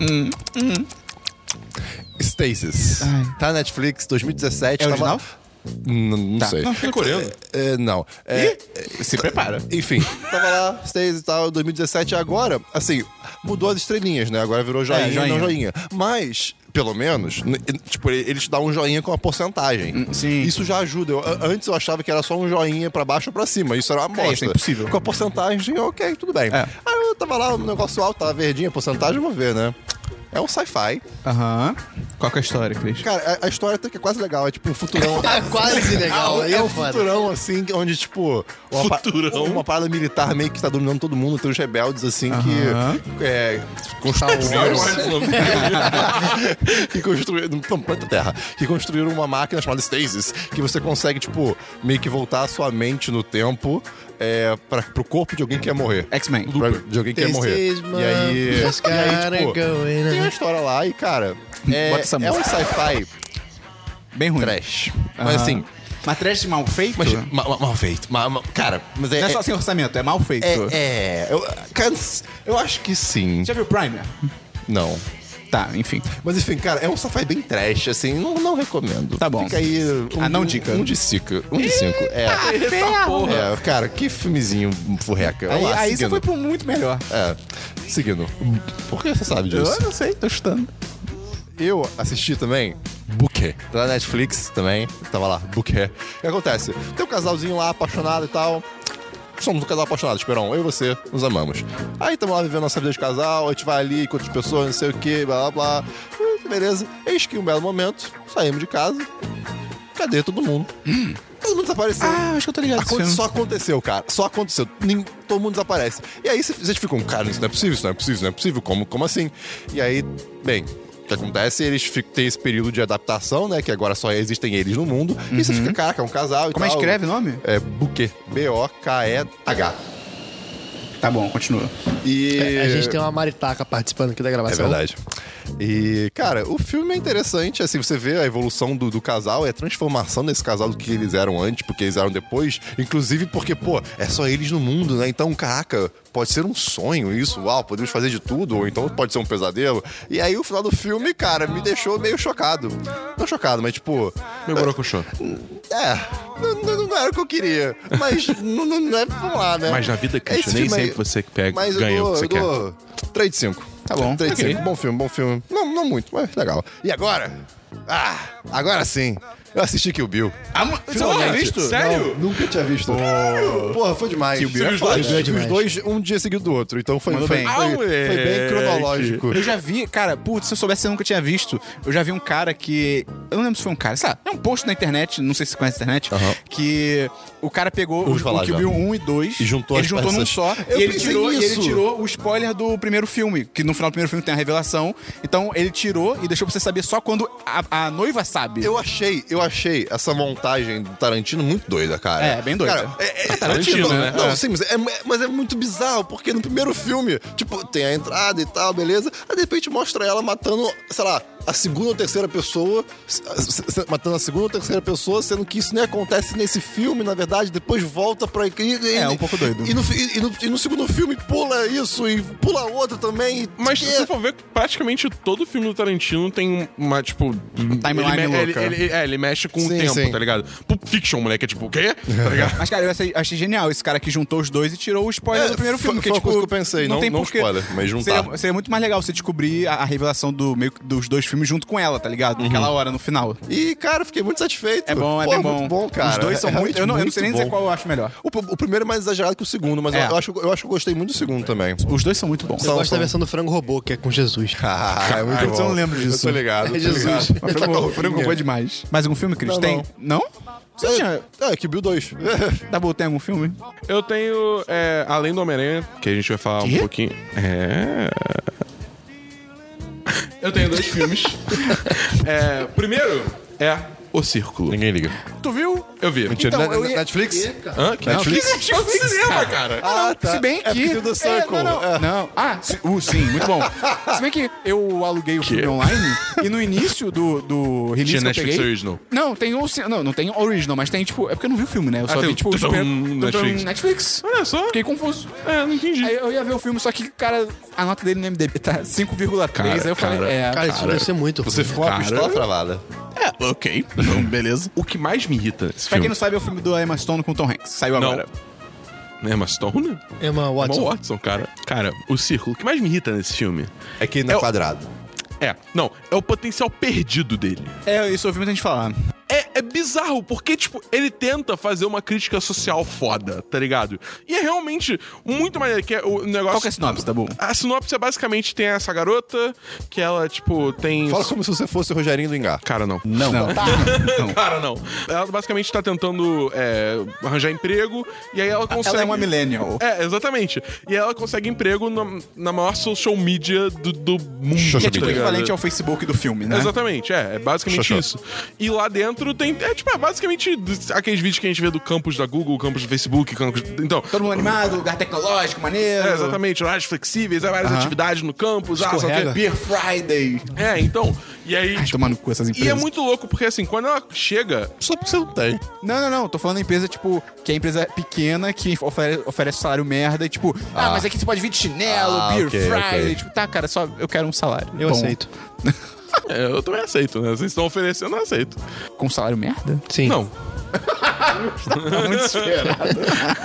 Stasis. Ai. Tá na Netflix, dois mil e dezessete. É tava- original? Não, não Tá. sei. Não, É coreano. É, não. É, Se prepara. enfim, tava lá, Stasis e tal, dois mil e dezessete. Agora, assim, mudou as estrelinhas, né? Agora virou joinha, É, joinha. não joinha. Mas, pelo menos, n- tipo, eles te dão um joinha com a porcentagem. sim. Isso já ajuda. Eu- a- antes eu achava que era só um joinha pra baixo ou pra cima. Isso era uma É, bosta. isso é impossível. Com a porcentagem, ok, tudo bem. É. Aí eu tava lá, o negócio alto, tava verdinho, a porcentagem, eu vou ver, né? É um sci-fi. Aham. Qual que é a história, Christian? Cara, a, a história até que é quase legal. É tipo um futurão. É quase legal. Aí É é um foda. futurão, assim, onde, tipo... Uma pa- Futurão? uma parada militar meio que tá dominando todo mundo. Tem os rebeldes, assim, Aham. que... É, construíram... que construíram... No planeta Terra. Que construíram uma máquina chamada Stasis. Que você consegue, tipo, meio que voltar a sua mente no tempo... É, pra, pro corpo de alguém que ia morrer. X-Men. Pra- de alguém que ia morrer. Stasis, E aí... just E aí, gotta tipo... go in Tem uma and- história lá e, cara... É, Bota essa é um música. sci-fi Bem ruim. trash. Mas Aham. assim... Mas trash mal feito? Mas, ma- ma- mal feito. Ma- ma- cara, mas é... não é só é- sem orçamento, é mal feito. É, é eu, canse- eu acho que sim. Já viu Primer? Não. Tá, enfim. Mas enfim, cara, é um sci-fi bem trash, assim, não, não recomendo. Tá bom. Fica aí. Um, Ah, não um- dica. Um de cinco. Um de cinco. É. ferro! É, cara, que filmezinho furreca. Vamos Aí, lá, aí você seguindo. foi pro muito melhor. É. Seguindo. Por que você sabe disso? Eu não sei, tô chutando. Eu assisti também Bouquet. Tá na Netflix também. Tava lá, Bouquet. O que acontece? Tem um casalzinho lá, apaixonado e tal. Somos um casal apaixonado, Esperão. Eu e você nos amamos. Aí estamos lá vivendo nossa vida de casal, a gente vai ali com outras pessoas, não sei o que, blá blá blá. E beleza. Eis que um belo momento, saímos de casa. Cadê todo mundo? Todo mundo desapareceu. Ah, acho que eu tô ligado. Aconte- só aconteceu, cara. Só aconteceu. Nem, todo mundo desaparece. E aí vocês ficam, cara, isso não é possível, isso não é possível, isso não é possível. Como, como assim? E aí, bem, o que acontece? Eles ficam, têm esse período de adaptação, né? Que agora só existem eles no mundo. E você fica, caraca, é um casal e Como é que tal. escreve o nome? É Bouquet. B O K E H. Tá bom, continua. E... A gente tem uma maritaca participando aqui da É gravação. verdade. E, cara, o filme é interessante, assim, você vê a evolução do, do casal, é a transformação desse casal do que eles eram antes, porque eles eram depois, inclusive porque, pô, é só eles no mundo, né? Então, caraca, pode ser um sonho isso, uau, podemos fazer de tudo, ou então pode ser um pesadelo. E aí o final do filme, cara, me deixou meio chocado. Não chocado, mas tipo... Meu borocochô. É, não, não, não era o que eu queria, mas não, não, não é, vamos lá, né? Mas na vida, Christian, nem filme aí- sempre você que pega, Mas eu ganha dou, o que você eu quer. dou três de cinco. Tá bom. três de Ok. cinco. Bom filme, bom filme. Não, não muito, mas legal. E agora? Ah, agora sim. Eu assisti Kill Bill. Ah, mo- você não tinha visto? Sério? Não, nunca tinha visto. Porra, foi demais. Kill Bill é Você viu os foda. dois? Kill Bill é Vi os demais. dois um dia seguido do outro. Então foi, Mandou foi, bem. foi, Ah, foi bem moleque. cronológico. Eu já vi, cara, putz, se eu soubesse, eu nunca tinha visto. Eu já vi um cara que. Eu não lembro se foi um cara, sei lá, é um post na internet, não sei se você conhece a internet, Aham. que o cara pegou Ouvi o, falar o Kill já. Bill um e dois. E juntou ele as juntou num peças. só. Eu e, ele pensei tirou, e ele nisso. tirou o spoiler do primeiro filme, que no final do primeiro filme tem a revelação. Então ele tirou e deixou pra você saber só quando a, a noiva sabe. Eu achei, eu achei essa montagem do Tarantino muito doida, cara. É, bem doida. Cara, é, é, Tarantino, não, né? Não, É. sim, mas é, mas é muito bizarro, porque no primeiro filme, tipo, tem a entrada e tal, beleza. Aí de repente mostra ela matando, sei lá, a segunda ou terceira pessoa, s- s- s- matando a segunda ou terceira pessoa, sendo que isso nem acontece nesse filme, na verdade, depois volta pra... E, e- É, um pouco doido. E no, fi- e no, e no segundo filme pula isso e pula outro também. e- Mas se é, você for ver, praticamente todo filme do Tarantino tem uma, tipo... Timeline ele, me- louca. ele, ele- é, ele mexe com Sim, o tempo, sim. tá ligado? Pulp Fiction, moleque, é tipo, o quê? Tá ligado? Mas, cara, eu achei, achei genial esse cara que juntou os dois e tirou o spoiler É, do primeiro foi- filme. foi uma que, coisa tipo, que eu pensei, não- tem não porquê. spoiler, mas juntar. Seria, seria muito mais legal você descobrir a, a revelação do, meio, que dos dois filmes junto com ela, tá ligado? Naquela hora, no final. E, cara, eu fiquei muito satisfeito. É bom, é Pô, bem bom. muito bom, cara. Os dois são É muito... Eu não, eu não sei nem muito dizer bom. qual eu acho melhor. O, o primeiro é mais exagerado que o segundo, mas É. eu, eu acho, eu acho que eu gostei muito do segundo também. Os dois são muito bons. Eu gosto da versão do frango robô, que é com Jesus. Ah, é muito Ah, bom. eu não lembro disso. Eu tô ligado. É tô Jesus. ligado. Mas Frango Frango Robô é demais. Mais algum filme, Cris? Não, Tem? não. Não? Você tinha... É, é, que Bill dois. Dabu, tem algum filme? Eu tenho, é, além do Homem-Aranha, que a gente vai falar Quê? um pouquinho... É... Eu tenho dois filmes. É, primeiro é O Círculo. Ninguém liga. Tu viu? Eu vi. Mentira, Então, Na- eu na- ia- Netflix? Hã? Que Netflix? Netflix? É o cinema, cara. Ah, não, tá. se bem É que... porque tem o The Circle. É, não, não, É. não. Ah, se- uh, sim, muito bom. Se bem que eu aluguei o filme online e no início do, do release Tinha que eu Netflix peguei... Original. Não, tem o... Não, não tem original, mas tem, tipo... É porque eu não vi o filme, né? Eu só Ah, vi, tem tipo, o os primeiros... Netflix. Netflix. Netflix. Olha só. Fiquei confuso. É, não entendi. Aí eu ia ver o filme, só que, cara, a nota dele no M D B tá cinco vírgula três. Cara, Aí eu falei, cara, é... Cara, isso deve ser muito. Você ficou com a Cara. pistola travada. É, ok. Então, beleza. O que mais me irrita nesse Pra quem filme... não sabe, é o filme do Emma Stone com Tom Hanks. Saiu Não. agora. Emma Stone? Emma Watson. Emma Watson, cara. Cara, O Círculo. O que mais me irrita nesse filme... É que não é É o- quadrado. É, não, é o potencial perdido dele. É, isso eu ouvi muita gente falar. É, é bizarro, porque, tipo, ele tenta fazer uma crítica social foda, tá ligado? E é realmente muito maneiro, que é o negócio... Qual que é a sinopse, tá bom? A sinopse é basicamente, tem essa garota, que ela, tipo, tem... Fala como se você fosse o Rogerinho do Engar. Cara, não. Não. Não. Cara, não. Ela basicamente tá tentando é, arranjar emprego, e aí ela consegue... Ela é uma millennial. É, exatamente. E ela consegue emprego na, na maior social media do, do mundo. Social Que é tipo tá ligado? equivalente ao Facebook do filme, né? Exatamente, é, é basicamente Xoxó. isso. E lá dentro tem, é tipo, é basicamente aqueles vídeos que a gente vê do campus da Google, campus do Facebook, campus... Então, Todo mundo animado, lugar tecnológico, maneiro. é, exatamente, horários flexíveis, há várias Aham. atividades no campus, ah, só Escorrega. que... Beer Friday. É, então, e aí, Ai, tipo, tomando cu essas e empresas. é muito louco, porque assim, quando ela chega... Só porque você não tem. Não, não, não. Tô falando da empresa, tipo, que é empresa pequena, que ofere- oferece salário merda e, tipo, ah, Ah. mas aqui você pode vir de chinelo, Ah, Beer ok, Friday. ok. Tipo, tá, cara, só eu quero um salário. Eu Bom, aceito. É, eu também aceito, né? Vocês estão oferecendo, eu aceito. Com salário merda? Sim. Não. Muito esperado.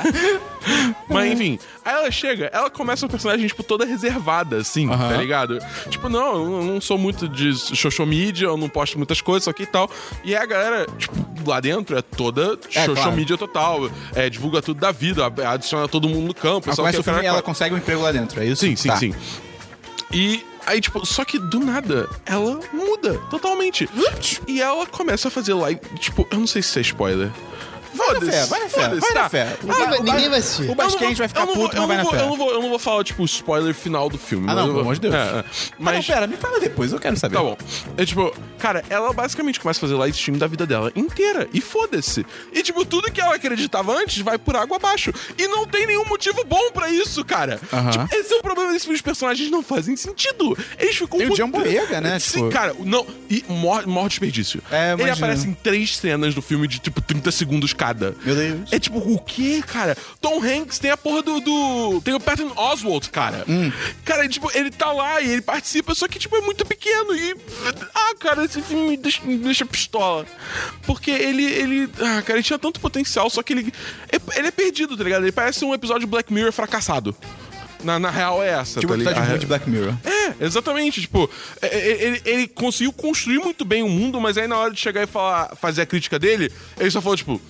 Mas enfim, aí ela chega, ela começa o personagem, tipo, toda reservada, assim, Aham. tá ligado? Tipo, não, eu não sou muito de social media, eu não posto muitas coisas, isso aqui e tal. E aí a galera, tipo, lá dentro é toda É, social claro. media total, é, divulga tudo da vida, adiciona todo mundo no campo. Ela só começa que o filme e cara- ela consegue um emprego lá dentro, é isso? Sim, sim, Tá. sim. E aí, tipo, só que do nada, ela muda totalmente. E ela começa a fazer live, tipo, eu não sei se isso é spoiler. Vai na fé, vai na fé, Foda-se, vai na tá. fé. Ninguém vai- ninguém vai assistir. O Eu não vou- Basquente vai ficar eu não vou- puto, eu mas vai não na vou- fé. Eu não vou, eu não vou falar, tipo, o spoiler final do filme. Ah, mas não, eu pelo vou- amor de Deus. É, é. Mas Mas, não, pera, me fala depois, eu quero saber. tá bom. É tipo, cara, ela basicamente começa a fazer live stream da vida dela inteira. E foda-se. E, tipo, tudo que ela acreditava antes vai por água abaixo. E não tem nenhum motivo bom pra isso, cara. Aham. Tipo, esse é o problema desse filme. Os personagens não fazem sentido. Eles ficam... Tem o put- John Boyega, né? Sim, Tipo- cara, não. E maior, maior desperdício. É, Ele imagino. aparece em três cenas do filme de, tipo, trinta segundos cada. Meu Deus. É tipo, o quê, cara? Tom Hanks tem a porra do... do- tem o Patton Oswalt, cara. Hum. Cara, tipo, ele tá lá e ele participa, só que, tipo, é muito pequeno. E... Ah, cara, esse filme me deixa, me deixa pistola. Porque ele... ele ah, cara, ele tinha tanto potencial, só que ele... Ele é perdido, tá ligado? Ele parece um episódio de Black Mirror fracassado. Na, na real é essa, Tipo, tá tá ligado? de ruim de Black Mirror. É, exatamente. Tipo, é, é, ele, ele conseguiu construir muito bem o mundo, mas aí na hora de chegar e falar, fazer a crítica dele, ele só falou, tipo...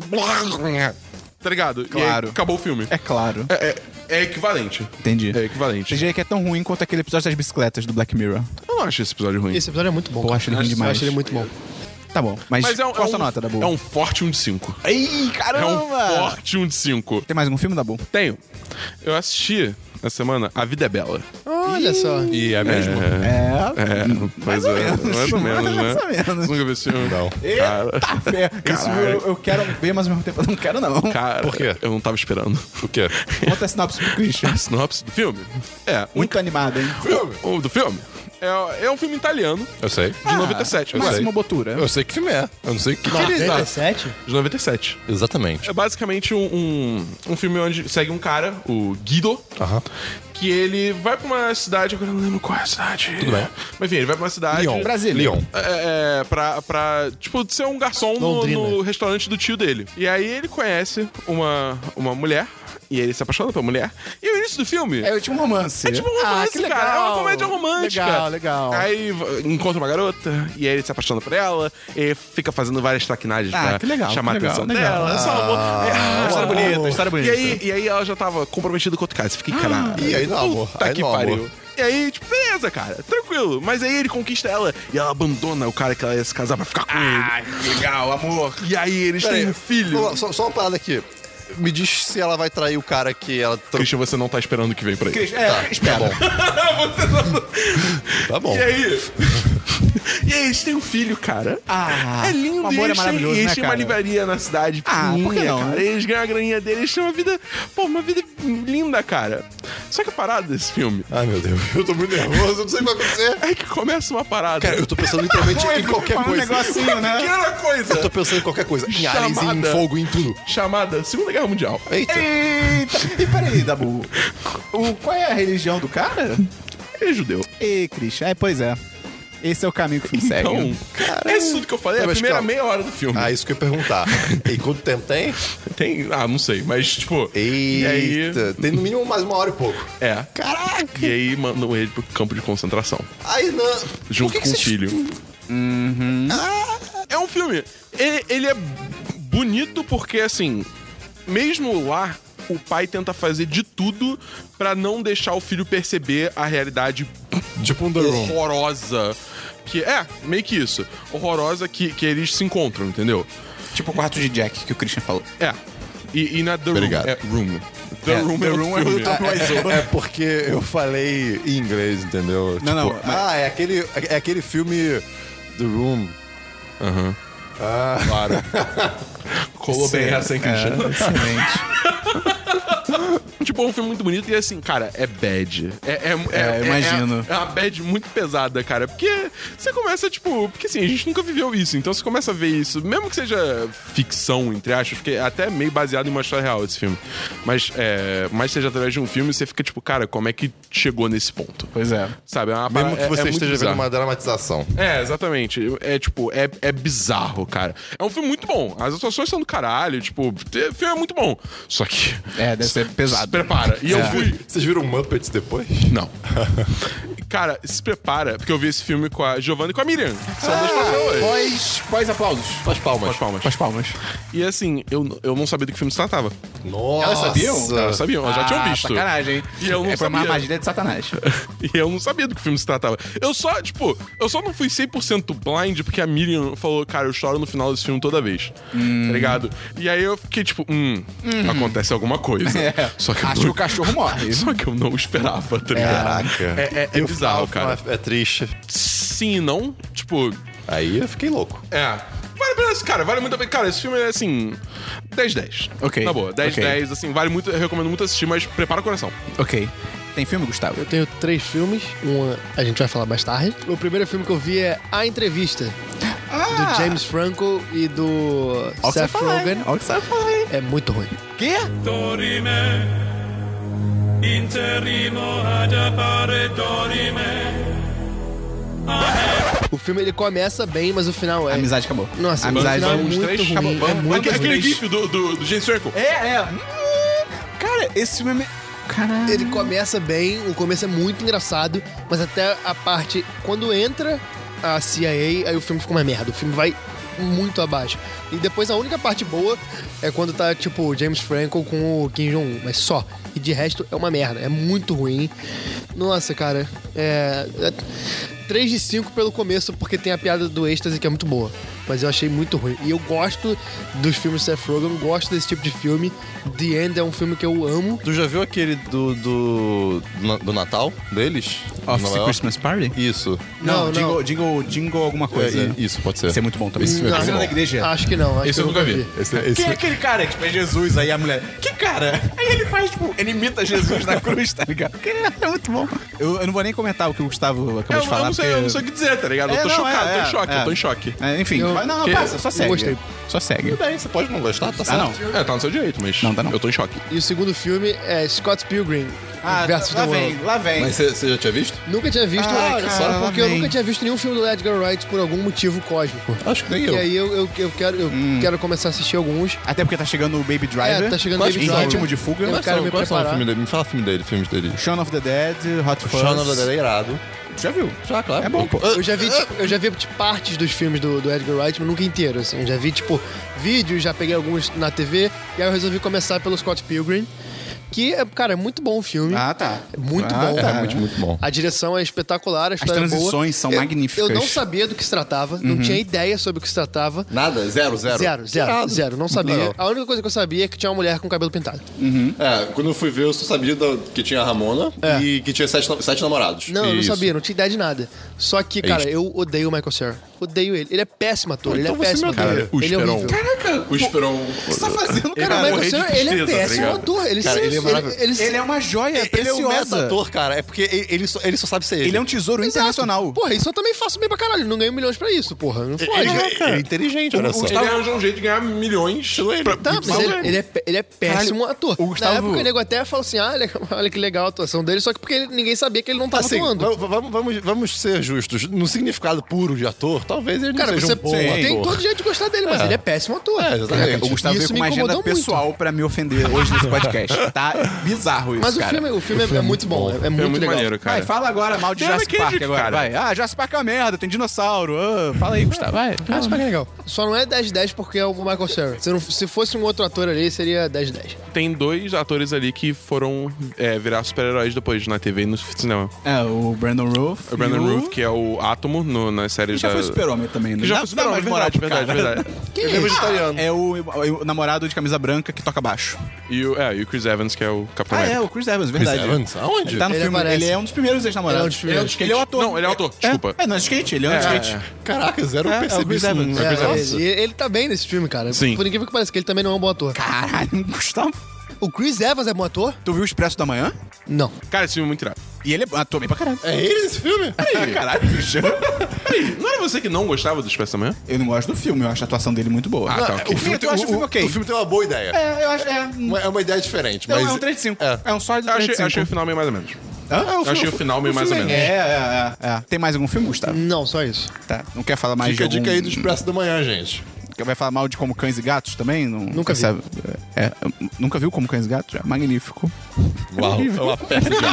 Tá ligado? Claro. E aí acabou o filme. É claro. É, é, é equivalente. Entendi. É equivalente. Você diria que é tão ruim quanto aquele episódio das bicicletas do Black Mirror. Eu não acho esse episódio ruim. Esse episódio é muito bom. Pô, cara. acho ele ruim Eu demais. acho ele muito bom. Tá bom, mas, Mas é um, qual a é sua um, nota, Dabu? é um forte um de cinco. Ih, É caramba! um forte um de cinco. Tem mais algum filme, Dabu? Tenho. Eu assisti essa semana A Vida é Bela. Olha só. E é mesmo? É. É, pois é, mais ou menos, né? Mais ou menos. Você nunca viu esse filme? Não. Cara, Tá, fé. Esse filme eu, eu quero ver, mas ao mesmo tempo eu não quero, não. cara, Por quê? eu não tava esperando. O quê? Conta a sinopse pro Christian. A sinopse do filme? É, um Muito animado, hein? O, o do filme? É, é um filme italiano Eu sei. de noventa e sete. eu sei. Máximo Botura. Eu sei que filme é. Eu não sei que, que ele noventa tá. e sete? De noventa e sete. Exatamente. É basicamente um, um, um filme onde segue um cara, o Guido, Aham. que ele vai pra uma cidade, agora eu não lembro qual é a cidade. Tudo bem. Mas enfim, ele vai pra uma cidade... Lyon. Brasília. Lyon. É, é, pra, pra, tipo, ser um garçom no, Londrina. no restaurante do tio dele. E aí ele conhece uma, uma mulher, e ele se apaixona pela mulher. E o início do filme... É tipo um romance. É tipo um romance, Ah, que legal. cara. É uma comédia romântica. Legal, legal. Aí v- encontra uma garota, e aí ele se apaixona por ela, e fica fazendo várias traquinagens Ah, pra que legal, chamar que a atenção legal, legal. dela. É só amor. É, ah, história amor. bonita, história bonita. E aí, e aí ela já tava comprometida com outro cara. Você fica, caralho. E aí não, amor. Puta Aí que não, pariu. amor. E aí, tipo, beleza, cara, tranquilo. Mas aí ele conquista ela e ela abandona o cara que ela ia se casar pra ficar com Ah, que legal, amor. ele. E aí eles Pera têm aí, um filho. Só, só uma parada aqui. Me diz se ela vai trair o cara que ela... Tro... Christian, você não tá esperando o que vem por aí. Christian, é, espera. Tá bom. E aí? E aí, eles têm um filho, cara. Ah, É lindo, o amor e é eles têm- maravilhoso, e eles né, têm uma cara? livraria na cidade Ah, por que pequenininha, não, cara. né? Eles ganham a graninha deles, eles têm uma vida... Pô, uma vida linda, cara. Só que a parada desse filme Ai, meu Deus. Eu tô muito nervoso, eu não sei o que vai acontecer. é que começa uma parada. Cara, eu tô pensando literalmente em qualquer Um coisa. negocinho, né? Pequena coisa. Eu tô pensando em qualquer coisa. Em aliens, em Chamada. fogo, em tudo. Chamada Segunda Guerra Mundial. Eita. Eita. E peraí, Dabu. O, qual é a religião do cara? Ele é judeu. Ê, Christian. É, pois é. Esse é o caminho que o filme segue. Então, é isso tudo que eu falei. É Não, a mas primeira calma. meia hora do filme. Ah, isso que eu ia perguntar. E quanto tempo tem? Tem... Ah, não sei. Mas, tipo... E aí... Eita. Tem no mínimo mais uma hora e pouco. É. Caraca. E aí mandam ele pro campo de concentração. Aí não. Junto Por que com que o vocês- filho. É um filme. Ele, ele é bonito porque, assim, mesmo lá, o pai tenta fazer de tudo pra não deixar o filho perceber a realidade Tipo um The Room. horrorosa. Que é, meio que isso. Horrorosa que, que eles se encontram, entendeu? Tipo o quarto de Jack, que o Christian falou. É. E, e na The Obrigado. Room. É Room. The É, Room The é outro Room é filme. outro- É, é porque eu falei em inglês, entendeu? Não, não, mas- Ah, é aquele, é aquele filme The Room. Aham. Ah, Claro. Colou bem essa, hein, Christian? É, excelente. Tipo, é um filme muito bonito e assim, cara, é bad. É, é, É, é, imagino. É, é uma bad muito pesada, cara. Porque você começa, tipo... Porque assim, a gente nunca viveu isso. Então você começa a ver isso, mesmo que seja ficção, entre aspas, porque é até meio baseado em uma história real esse filme. Mas, é, mas seja através de um filme, você fica tipo, cara, como é que chegou nesse ponto? Pois é. Sabe? É uma mesmo parada- que é- você é muito esteja vendo bizarro. uma dramatização. É, exatamente. É tipo, é, é bizarro, cara. É um filme muito bom. As atuações são do caralho, tipo, o filme é muito bom. Só que. É, deve ser pesado. Se prepara. E eu É. fui. Vocês viram Muppets depois? Não. Cara, se prepara, porque eu vi esse filme com a Giovanna e com a Miriam. Que são duas pessoas. Pós, pós aplausos. Faz palmas. Pós palmas. Pós palmas. E assim, eu, eu não sabia do que o filme se tratava. Nossa. Elas sabiam? Elas sabiam, elas já tinham visto. Sacanagem, hein? E eu não é foi uma sabia. armadilha de Satanás. E eu não sabia do que o filme se tratava. Eu só, tipo, eu só não fui cem por cento blind porque a Miriam falou, cara, eu choro no final desse filme toda vez. Hum. Tá ligado? E aí eu fiquei tipo, hum, acontece alguma coisa. É. Só que eu Acho não- que o cachorro morre. Só que eu não esperava, tá ligado? Caraca. É, é, é bizarro, cara. É triste. Sim e não. Tipo, Aí eu fiquei louco. é. Vale a pena, cara, vale muito a pena. Cara, esse filme é assim. dez dez. Ok. Na boa, dez dez, Ok. assim, vale muito, eu recomendo muito assistir, mas prepara o coração. Ok. Tem filme, Gustavo? Eu tenho três filmes, um a gente vai falar mais tarde. O primeiro filme que eu vi é A Entrevista, do James Franco e do Ó o que Seth você fala, Rogen. hein? Ó o que você fala aí. É muito ruim. Quê? Dorime, interrimo ad appare dorime. O filme ele começa bem, mas o final é... A amizade acabou. Nossa, amizade o final é Vamos, muito três, ruim. acabou. É Vamos. muito Aquele, aquele ruim. gif do, do, do James Franco. É, é. Hum, cara, esse filme é... me- Caralho. Ele começa bem, o começo é muito engraçado, mas até a parte... Quando entra a C I A, aí o filme fica uma merda. O filme vai muito abaixo. E depois a única parte boa é quando tá, tipo, o James Franco com o Kim Jong-un, mas só. E de resto é uma merda, é muito ruim. Nossa, cara, é... é três de cinco pelo começo, porque tem a piada do êxtase que é muito boa. Mas eu achei muito ruim. E eu gosto dos filmes Seth Rogen, gosto desse tipo de filme. The End é um filme que eu amo. Tu já viu aquele do, do, do, do Natal deles? Of Nova the York? Christmas Party? Isso. Não, Não, jingle, não. jingle, jingle alguma coisa. É, i- isso, pode ser. Esse é muito bom também. Esse Não, é Cena bom. da igreja. Acho que não, acho Esse que eu nunca vi. Esse, esse... Quem é aquele cara? Tipo, é Jesus, aí a mulher... Que cara? Aí ele faz, tipo... Ele imita Jesus na cruz, tá ligado? Que É muito bom. Eu, eu não vou nem comentar o que o Gustavo acabou Eu, de falar, eu não sei, porque... eu não sei o que dizer, tá ligado? É, eu tô não, chocado, é, tô em é, choque, é. eu tô em choque. É, enfim, Eu- vai- não, não, que- passa, só segue. gostei. Só segue. Tudo bem, você pode não gostar, tá Ah, certo. não. É, tá no seu direito, mas Não, tá não. eu tô em choque. E o segundo filme é Scott Pilgrim Ah, versus lá The vem, World. lá vem. Mas você, você já tinha visto? Nunca tinha visto, Ai, olha cara, só, lá porque eu vem. nunca tinha visto nenhum filme do Edgar Wright por algum motivo cósmico. Acho que nem E eu. aí eu, eu, eu quero, eu quero começar a assistir alguns. Até porque tá chegando o Baby Driver. É, tá chegando Quais Baby são? Driver. Ritmo de fuga. Eu Quais quero são, me quais são o preparar. filme dele? Me fala o filme dele, filmes dele. Shaun of the Dead, Hot Fuzz. Shaun of the Dead é irado. Já viu? Já, claro. É bom, pô. Eu já vi, tipo, eu já vi tipo, partes dos filmes do, do Edgar Wright, mas nunca inteiro, assim. Eu já vi, tipo, vídeos, já peguei alguns na T V, e aí eu resolvi começar pelo Scott Pilgrim, que, é, cara, é muito bom o filme. Ah, tá. É muito Ah, bom. tá. É muito, muito bom. A direção é espetacular, a As história é boa. transições são Eu- magníficas. Eu não sabia do que se tratava, não tinha ideia sobre o que se tratava. Nada? Zero, zero? Zero, zero, Irado. zero, não sabia. Não. A única coisa que eu sabia é que tinha uma mulher com cabelo pintado. É, quando eu fui ver, eu só sabia da- que tinha a Ramona É. e que tinha sete, na- sete namorados. Não, eu não Isso. sabia, não tinha ideia de nada. Só que, cara, isso. eu odeio o Michael Cera. Odeio ele. Ele é péssimo ator, ele então é você péssimo me ator. odeia. O Ele é Esperon. horrível. Caraca, O Esperon. o que você tá fazendo, Cara, cara? o Michael morrer de Cera, ele é tristeza, tá péssimo ligado? ator. Ele, Cara, se- ele é maravilhoso. ele, Ele é uma joia Ele é um preciosa. meta-ator, cara. É porque ele, ele, só, ele só sabe ser ele. Ele é um tesouro Exato. internacional. Porra, isso eu também faço bem pra caralho. Não ganho milhões pra isso, porra. Não pode. Ele, ele é inteligente, olha só. Ele arranjou um jeito de ganhar milhões. Pra, Tá, mas pra- ele, ele é, pé- ele é péssimo ator. o Gustavo- Na época o nego até falou assim: ah, olha, olha que legal a atuação dele, só que porque ele- ninguém sabia que ele não tava Assim, atuando. va- va- vamos, vamos ser justos. No significado puro de ator, talvez ele não Cara, seja você um bom tem ator. todo jeito de gostar dele, mas É. ele é péssimo ator. É, exatamente. O Gustavo veio Isso com uma me agenda incomodou muito. pessoal pra me ofender hoje nesse podcast. Tá bizarro isso, Mas o cara. filme, o filme é, é muito bom, é, é muito, É muito legal. maneiro, cara. Vai, fala agora mal de Tem Jurassic Anna Park Kendrick, agora. cara. Vai. Ah, Jurassic Park é uma merda, tem dinossauro. Ah, fala aí, Gustavo. Vai. Mas é legal. Só não é dez de dez porque é o Michael Cera. Se, não- se fosse um outro ator ali, seria dez de dez. Tem dois atores ali que foram é, virar super-heróis depois na T V e no cinema. É, o Brandon Routh. O Brandon e o... Routh, que é o Átomo no, nas séries já da... foi super-homem também, né? Que já Dá- foi dá super-homem, mais moral verdade, pro verdade, cara. verdade. Ele é vegetariano. É o, o namorado de camisa branca que toca baixo. E o, é, e o Chris Evans, que é o Capitão Ah, é, América. o Chris Evans, verdade. Evans? Aonde? Ele tá no Ele filme. aparece. Ele é um dos primeiros ex-namorados. Ele é um dos primeiros. Ele é o ator. Não, ele é o ator, É, desculpa. É, não é de skate, ele é um É, de skate. é. Caraca, zero É, é o percebi Chris isso. Evans. no- É, É, Nossa. ele, ele tá bem nesse filme, cara. Sim. Por incrível que pareça, que ele também não é um bom ator. Caralho, Gustavo. O Chris Evans é bom ator? Tu viu o Expresso da Manhã? Não. Cara, esse filme é muito irado. E ele é ator bem pra caralho. É ele esse filme? Caralho, bicho. Peraí, não era você que não gostava do Expresso da Manhã? Eu não gosto do filme, eu acho a atuação dele muito boa. Ah, tá, ok. O filme, eu acho o filme ok. O filme tem uma boa ideia. É, eu acho. É, Uma- É uma ideia diferente, Não, mas... é um três de cinco. É. É, um sólido Eu três achei, de cinco. achei o final meio mais ou menos. Hã? Eu achei o final meio mais ou menos. É, é, é, é. Tem mais algum filme, Gustavo? Não, só isso. Tá. Não quer falar mais Fica a de algum... dica aí do Expresso da Manhã, gente. Que vai falar mal de Como Cães e Gatos também? Não, Nunca vi. sabe? É, é, nunca viu Como Cães e Gatos? É magnífico. Uau, é uma peça de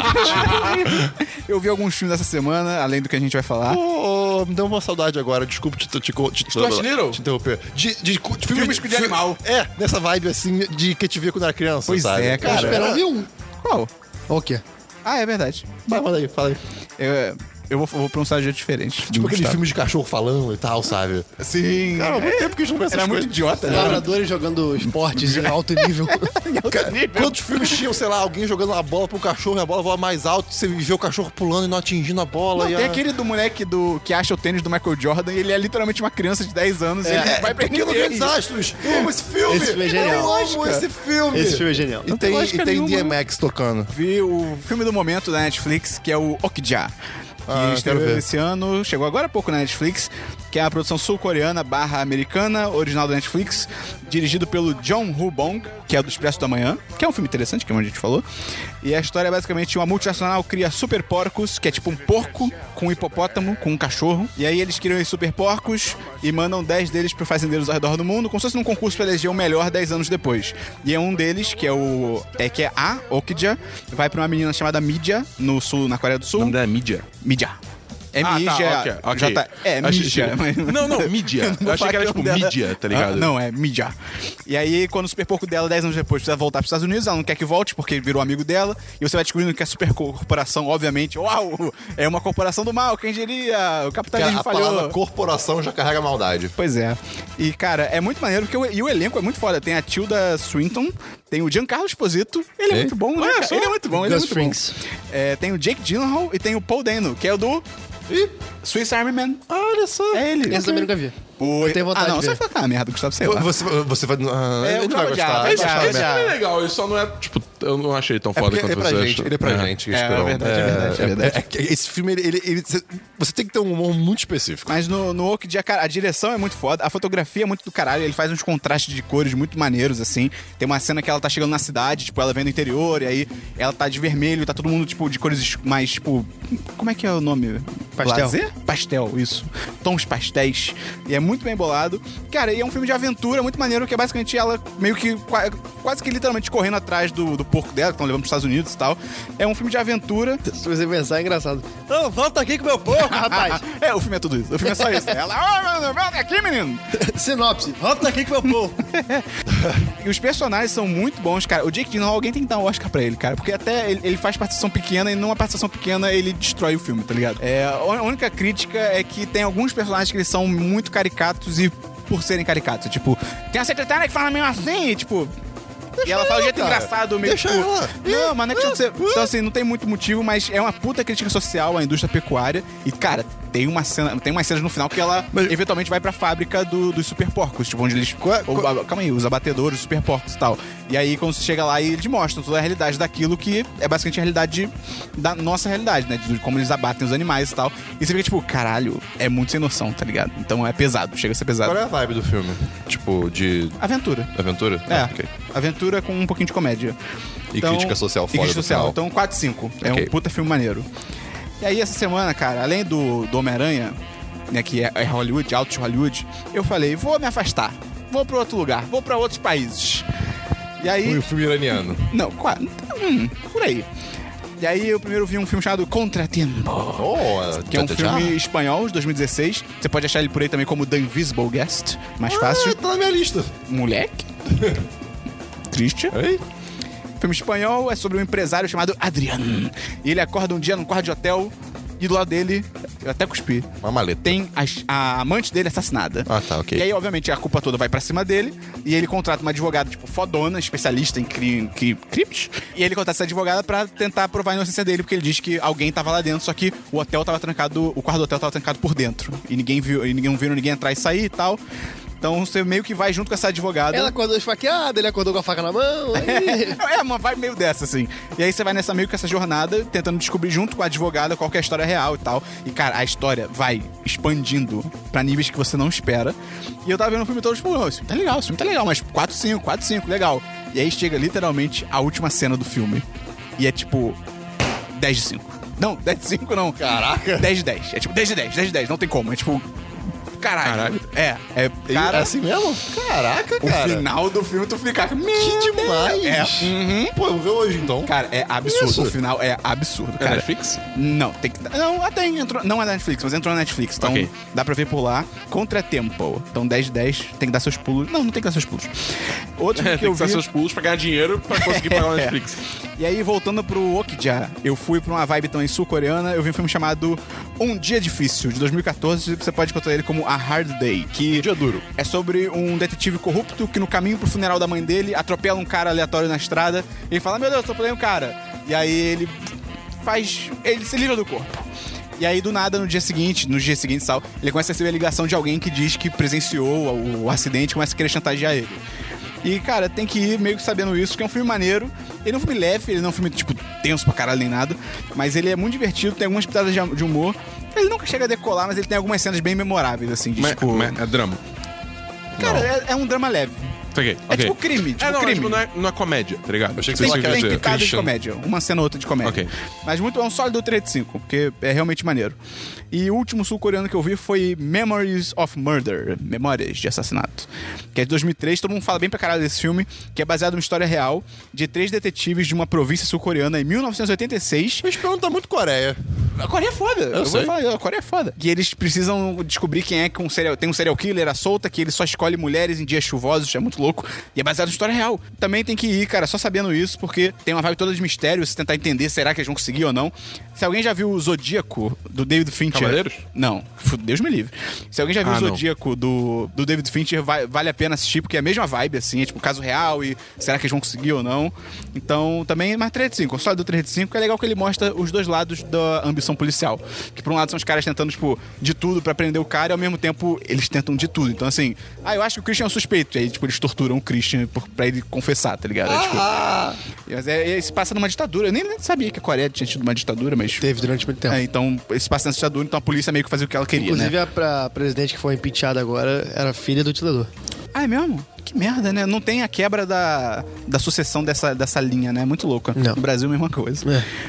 arte. Eu vi alguns filmes essa semana, além do que a gente vai falar. Oh, me deu uma saudade agora, desculpa te, te, te, te, Stuart Little? te interromper. De, de, de, de Filmes de animal. É, nessa vibe assim de que te via quando era criança, Pois sabe? é, cara. Espera ouvir um. Qual? O quê? Ah, é verdade. Vai, manda aí, fala aí. Eu, eu vou, vou pra um site diferente. Tipo aquele filme de cachorro falando e tal, sabe? Sim. Cara, há muito tempo que a gente não vê essas Era muito coisas. idiota, né? Labradores jogando esportes em alto nível. Cara, quantos filmes tinham, sei lá, alguém jogando uma bola pro cachorro e a bola voa mais alto, você vê o cachorro pulando e não atingindo a bola. Não, e tem a... aquele do moleque do, que acha o tênis do Michael Jordan e ele é literalmente uma criança de dez anos e ele vai pra Pequeno N B A. Grandes Astros. Eu amo esse filme. Esse filme é genial. Eu amo esse filme. Esse filme é genial. E tem tem, lógica e tem nenhuma. D M X tocando. Vi o filme do momento da Netflix, que é o Okja. Que Ah, estreou quero ver. esse ano, chegou agora há pouco na Netflix, que é a produção sul-coreana barra americana, original da Netflix, dirigido pelo John Woo Bong, que é o do Expresso da Manhã, que é um filme interessante, que é onde a gente falou. E a história é basicamente uma multinacional cria super porcos, que é tipo um porco com um hipopótamo, com um cachorro. E aí eles criam esses super porcos e mandam dez deles para fazendeiros ao redor do mundo, como se fosse num concurso para eleger o melhor dez anos depois. E é um deles, que é o é que é a Okja, vai para uma menina chamada Midja, no sul, na Coreia do Sul. O nome dela é mídia. Midja. É Ah, mídia. tá, ok, ok. J- É, Achei- mídia. mas- Não, não, mídia. Eu não vou Eu achei falar que era o tipo nome dela. mídia, tá ligado? Ah, não, é mídia. E aí, quando o super porco dela, dez anos depois, precisa voltar pros Estados Unidos, ela não quer que volte, porque virou amigo dela, e você vai descobrindo que a super corporação, obviamente, uau, é uma corporação do mal, quem diria? O capitalismo a falhou. palavra corporação já carrega maldade. Pois é. E, cara, é muito maneiro, porque o, e o elenco é muito foda. Tem a Tilda Swinton, tem o Giancarlo Esposito, ele é Ei? muito bom, né? Olha cara? só. Ele é muito bom, ele Gus é muito Frings. bom. É, tem o Jake Gyllenhaal e tem o Paul Dano, que é o do Swiss Army Man. Olha só. É ele. Esse também nunca vi. O... Eu tenho vontade ah, não, de você ver. vai ficar uma merda, Gustavo, sei lá. Você, você vai. Ah, É, ele o vai Java gostar. Java, Ele vai já, gostar, já. né? É legal, ele só não é, tipo, eu não achei tão É foda porque quanto ele é pra você gente, achou. ele é pra É. gente, É, é Esperon. verdade, é verdade, é verdade. é que esse filme, ele, ele, ele- você tem que ter um humor muito específico. Mas no, no Okja, cara, a direção é muito foda, a fotografia é muito do caralho, ele faz uns contrastes de cores muito maneiros, assim. Tem uma cena que ela tá chegando na cidade, tipo, ela vem do interior, e aí ela tá de vermelho, tá todo mundo, tipo, de cores mais, tipo... Como é que é o nome? Pastel. Lazer? Pastel, isso. Tons pastéis. E é muito bem bolado. Cara, e é um filme de aventura muito maneiro, que é basicamente ela meio que, qua- quase que literalmente correndo atrás do, do porco dela, que estão levando pros Estados Unidos e tal. É um filme de aventura. Se você pensar, é engraçado. Não, volta aqui com meu porco, rapaz. É, o filme é tudo isso. O filme é só isso. Ela, ô, mano, volta aqui, menino. Sinopse, volta aqui com meu porco. E os personagens são muito bons, cara. O Jake Gyllenhaal, alguém tem que dar um Oscar pra ele, cara. Porque até ele, ele faz participação pequena e numa participação pequena ele destrói o filme, tá ligado? É, a única crítica é que tem alguns personagens que eles são muito caricatos e por serem caricatos. Tipo, tem a secretária que fala meio assim, e, tipo... e ela fala de jeito cara. engraçado, meio Deixa tipo... ela. Não, mas não é questão de ser... Então, assim, não tem muito motivo, mas é uma puta crítica social à indústria pecuária. E, cara, tem uma cena... Tem umas cenas no final que ela, Mas- eventualmente, vai pra fábrica do- dos super porcos. Tipo, onde eles... Qual é- ou- qual- calma aí, os abatedores, os super porcos e tal. E aí, quando você chega lá, eles mostram toda a realidade daquilo que é basicamente a realidade da nossa realidade, né? De como eles abatem os animais e tal. E você fica tipo, caralho, é muito sem noção, tá ligado? Então é pesado, chega a ser pesado. Qual é a vibe do filme? Tipo, de Aventura. aventura? É, Ah, ok. aventura com um pouquinho de comédia. E crítica social e foda crítica no social. final. Então, quatro cinco. É Ok. um puta filme maneiro. E aí, essa semana, cara, além do, do Homem-Aranha, né, que é, é Hollywood, alto de Hollywood, eu falei, vou me afastar. Vou pra outro lugar, vou pra outros países. E aí... O filme iraniano. Não, quase. Hum, por aí. E aí eu primeiro vi um filme chamado Contratempo, Oh, que é um tchá, tchá. filme espanhol de dois mil e dezesseis. Você pode achar ele por aí também como The Invisible Guest, mais fácil. Ah, tá na minha lista. Moleque. Triste. Ei? Filme espanhol é sobre um empresário chamado Adrian. E ele acorda um dia num quarto de hotel e do lado dele, eu até cuspi, Uma maleta. tem a, a amante dele assassinada. Ah, tá, ok. E aí, obviamente, a culpa toda vai pra cima dele. E ele contrata uma advogada, tipo, fodona, especialista em cri cri crimes. E ele contrata essa advogada pra tentar provar a inocência dele, porque ele diz que alguém tava lá dentro, só que o hotel tava trancado, o quarto do hotel tava trancado por dentro. E ninguém viu, e ninguém viu ninguém entrar e sair e tal. Então você meio que vai junto com essa advogada. Ela acordou esfaqueada, ele acordou com a faca na mão. Aí... É, uma vibe meio dessa, assim. E aí você vai nessa meio que essa jornada, tentando descobrir junto com a advogada qual que é a história real e tal. E, cara, a história vai expandindo pra níveis que você não espera. E eu tava vendo o filme todo, tipo, oh, esse filme tá legal, esse filme tá legal, mas quatro cinco, quatro cinco, legal. E aí chega literalmente a última cena do filme. E é tipo dez de cinco. Não, dez de cinco não. Caraca. dez de dez. É tipo dez de dez, dez de dez, não tem como. É tipo... Caralho. Caralho. É, é, É cara, assim mesmo? Caraca, o cara. final do filme tu fica... Que demais. É. Uhum. Pô, eu vou ver hoje, então. Cara, é absurdo. Isso. O final é absurdo, É cara. Netflix? Não, tem que... Não, até entrou... Não é na Netflix, mas entrou na Netflix. Então, Ok. dá pra ver por lá. Contratempo. Então, dez de dez, tem que dar seus pulos. Não, não tem que dar seus pulos. Outro É, que tem eu que dar vi... seus pulos pra ganhar dinheiro pra conseguir pagar o Netflix. E aí, voltando pro Okja, eu fui pra uma vibe também sul-coreana, eu vi um filme chamado Um Dia Difícil, de dois mil e quatorze, você pode encontrar ele como A Hard Day, que Dia duro. é sobre um detetive corrupto que no caminho pro funeral da mãe dele atropela um cara aleatório na estrada e ele fala, meu Deus, atropelei um cara. E aí ele faz... ele se livra do corpo. E aí, do nada, no dia seguinte, no dia seguinte, sal, ele começa a receber a ligação de alguém que diz que presenciou o, o acidente e começa a querer chantagear ele. E, cara, tem que ir meio que sabendo isso, que é um filme maneiro. Ele é um filme leve, ele não é um filme, tipo, tenso pra caralho nem nada. Mas ele é muito divertido, tem algumas pitadas de, de humor. Ele nunca chega a decolar, mas ele tem algumas cenas bem memoráveis, assim, de, Mas, tipo... mas é drama. Cara, é, é um drama leve. Ok, É ok. tipo crime, tipo é, não, crime. tipo, não, é, não é comédia, tá ligado? Achei que Tem, você tem dizer pitadas de Christian. comédia, uma cena ou outra de comédia. Ok. Mas muito, é um sólido três de cinco, porque é realmente maneiro. E o último sul-coreano que eu vi foi Memories of Murder, Memórias de Assassinato, que é de dois mil e três, todo mundo fala bem pra caralho desse filme, que é baseado numa história real de três detetives de uma província sul-coreana em mil novecentos e oitenta e seis. Mas pergunta muito Coreia. A Coreia é foda. Eu, sei. vou falar, a Coreia é foda. Que eles precisam descobrir quem é que um serial, tem um serial killer à solta, que ele só escolhe mulheres em dias chuvosos, é muito louco. E é baseado em história real. Também tem que ir, cara, só sabendo isso, porque tem uma vibe toda de mistério, você tentar entender, será que eles vão conseguir ou não. Se alguém já viu o Zodíaco, do David Fincher... Cavaleiros? Não, Deus me livre. Se alguém já viu Ah, o não. Zodíaco do, do David Fincher, vai- vale a pena assistir, porque é a mesma vibe, assim, é tipo caso real e será que eles vão conseguir ou não. Então, também, mas três de cinco. O sólido do três de cinco é legal que ele mostra os dois lados da ambição policial. Que por um lado são os caras tentando, tipo, de tudo pra prender o cara e ao mesmo tempo eles tentam de tudo. Então, assim, ah, eu acho que o Christian é um suspeito. E aí, tipo, eles torturam o Christian por, pra ele confessar, tá ligado? É, tipo, mas é, é, se passa numa ditadura. Eu nem, nem sabia que a Coreia tinha tido uma ditadura, mas... Teve durante muito tempo. É, então, se passa nessa ditadura, então a polícia meio que fazia o que ela queria, Inclusive, né? a, pra- a presidente que foi impeachada agora era filha do ditador. Ah, é mesmo? Que merda, né? Não tem a quebra da, da sucessão dessa, dessa linha, né? Muito louca. Não. No Brasil, mesma coisa.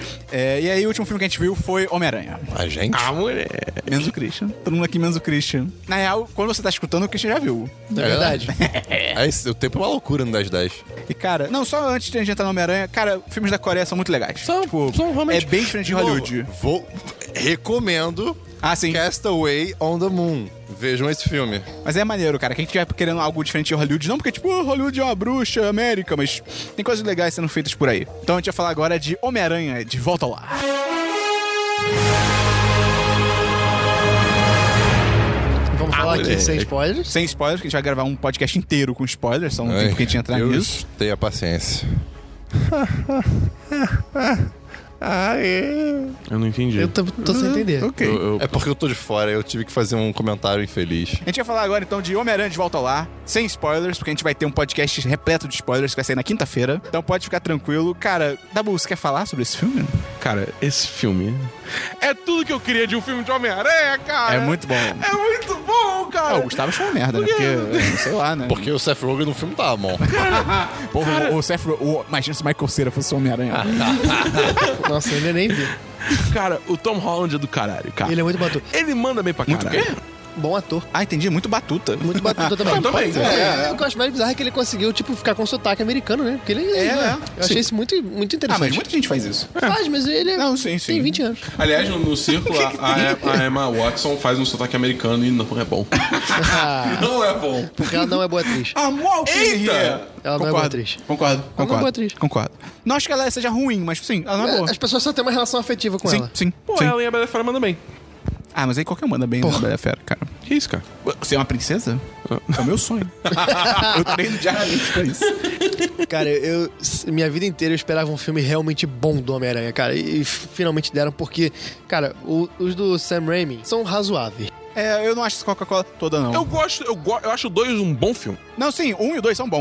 É, e aí, o último filme que a gente viu foi Homem-Aranha. A gente? Ah, mulher. Menos o Christian. Todo mundo aqui menos o Christian. Na real, quando você tá escutando, o Christian já viu. É verdade. É, esse- o tempo é uma loucura no dez dez. E, cara, não, só antes de a gente entrar no Homem-Aranha, cara, filmes da Coreia são muito legais. São, tipo, são realmente... é bem diferente de Hollywood. Vou... Recomendo Ah, sim. Castaway on the Moon. Vejam esse filme. Mas é maneiro, cara. Quem estiver querendo algo diferente de Hollywood, não porque, tipo, oh, Hollywood é uma bruxa, América, mas tem coisas legais sendo feitas por aí. Então a gente vai falar agora de Homem-Aranha, de Volta ao Lar. Vamos falar aqui moleque. sem spoilers. Sem spoilers, que a gente vai gravar um podcast inteiro com spoilers, só um Ai, tempo que a gente entrar Deus nisso. tenha paciência. Eu não entendi. Eu tô, tô sem entender. Ok. Eu- eu- É porque eu tô de fora, eu tive que fazer um comentário infeliz. A gente vai falar agora então de Homem-Aranha de Volta ao Lar, sem spoilers, porque a gente vai ter um podcast repleto de spoilers que vai sair na quinta-feira. Então pode ficar tranquilo. Cara, Dabu, você quer falar sobre esse filme? Cara, esse filme é tudo que eu queria de um filme de Homem-Aranha, cara. É muito bom. É muito bom, cara. Ah, o Gustavo achou uma merda, né? Porque, sei lá, né? Porque o Seth Rogen no filme tava bom. Porra, o, o Seth, o, imagina se o Michael Cera fosse o Homem-Aranha. Nossa, eu ainda nem vi. Cara, o Tom Holland é do caralho, cara. Ele é muito batuta. Ele manda bem pra Muito caralho. quê? Bom ator. Ah, entendi. Muito batuta. Muito batuta também. Eu também. É, é, o que eu acho mais bizarro é que ele conseguiu, tipo, ficar com sotaque americano, né? Porque ele É, é. Eu achei isso muito, muito Ah, interessante. mas muita gente faz isso. Faz, mas ele é- Não, sim, sim. tem vinte anos. Aliás, no, no círculo, a, a Emma Watson faz um sotaque americano e não é bom. Ah, Não é bom. porque ela não é boa atriz. Ah, walk in Eita! here. Ela não é boa atriz. Concordo, é concordo. boa atriz. Concordo. Não acho que ela seja ruim, mas sim, ela não é boa. As pessoas só têm uma relação afetiva com Sim, ela. sim, Pô, sim. ela e a Bela Fera mandam bem. Ah, mas aí qualquer um manda bem na Bela Fera, cara. Que isso, cara? Você é uma princesa? É o meu sonho. Eu treino diariamente pra isso. Cara, eu, minha vida inteira eu esperava um filme realmente bom do Homem-Aranha, cara. E, e finalmente deram, porque, cara, o- os do Sam Raimi são razoáveis. É, eu não acho essa Coca-Cola toda, não. Eu gosto, eu, go- eu acho o dois um bom filme. Não, sim, um e o dois são bons.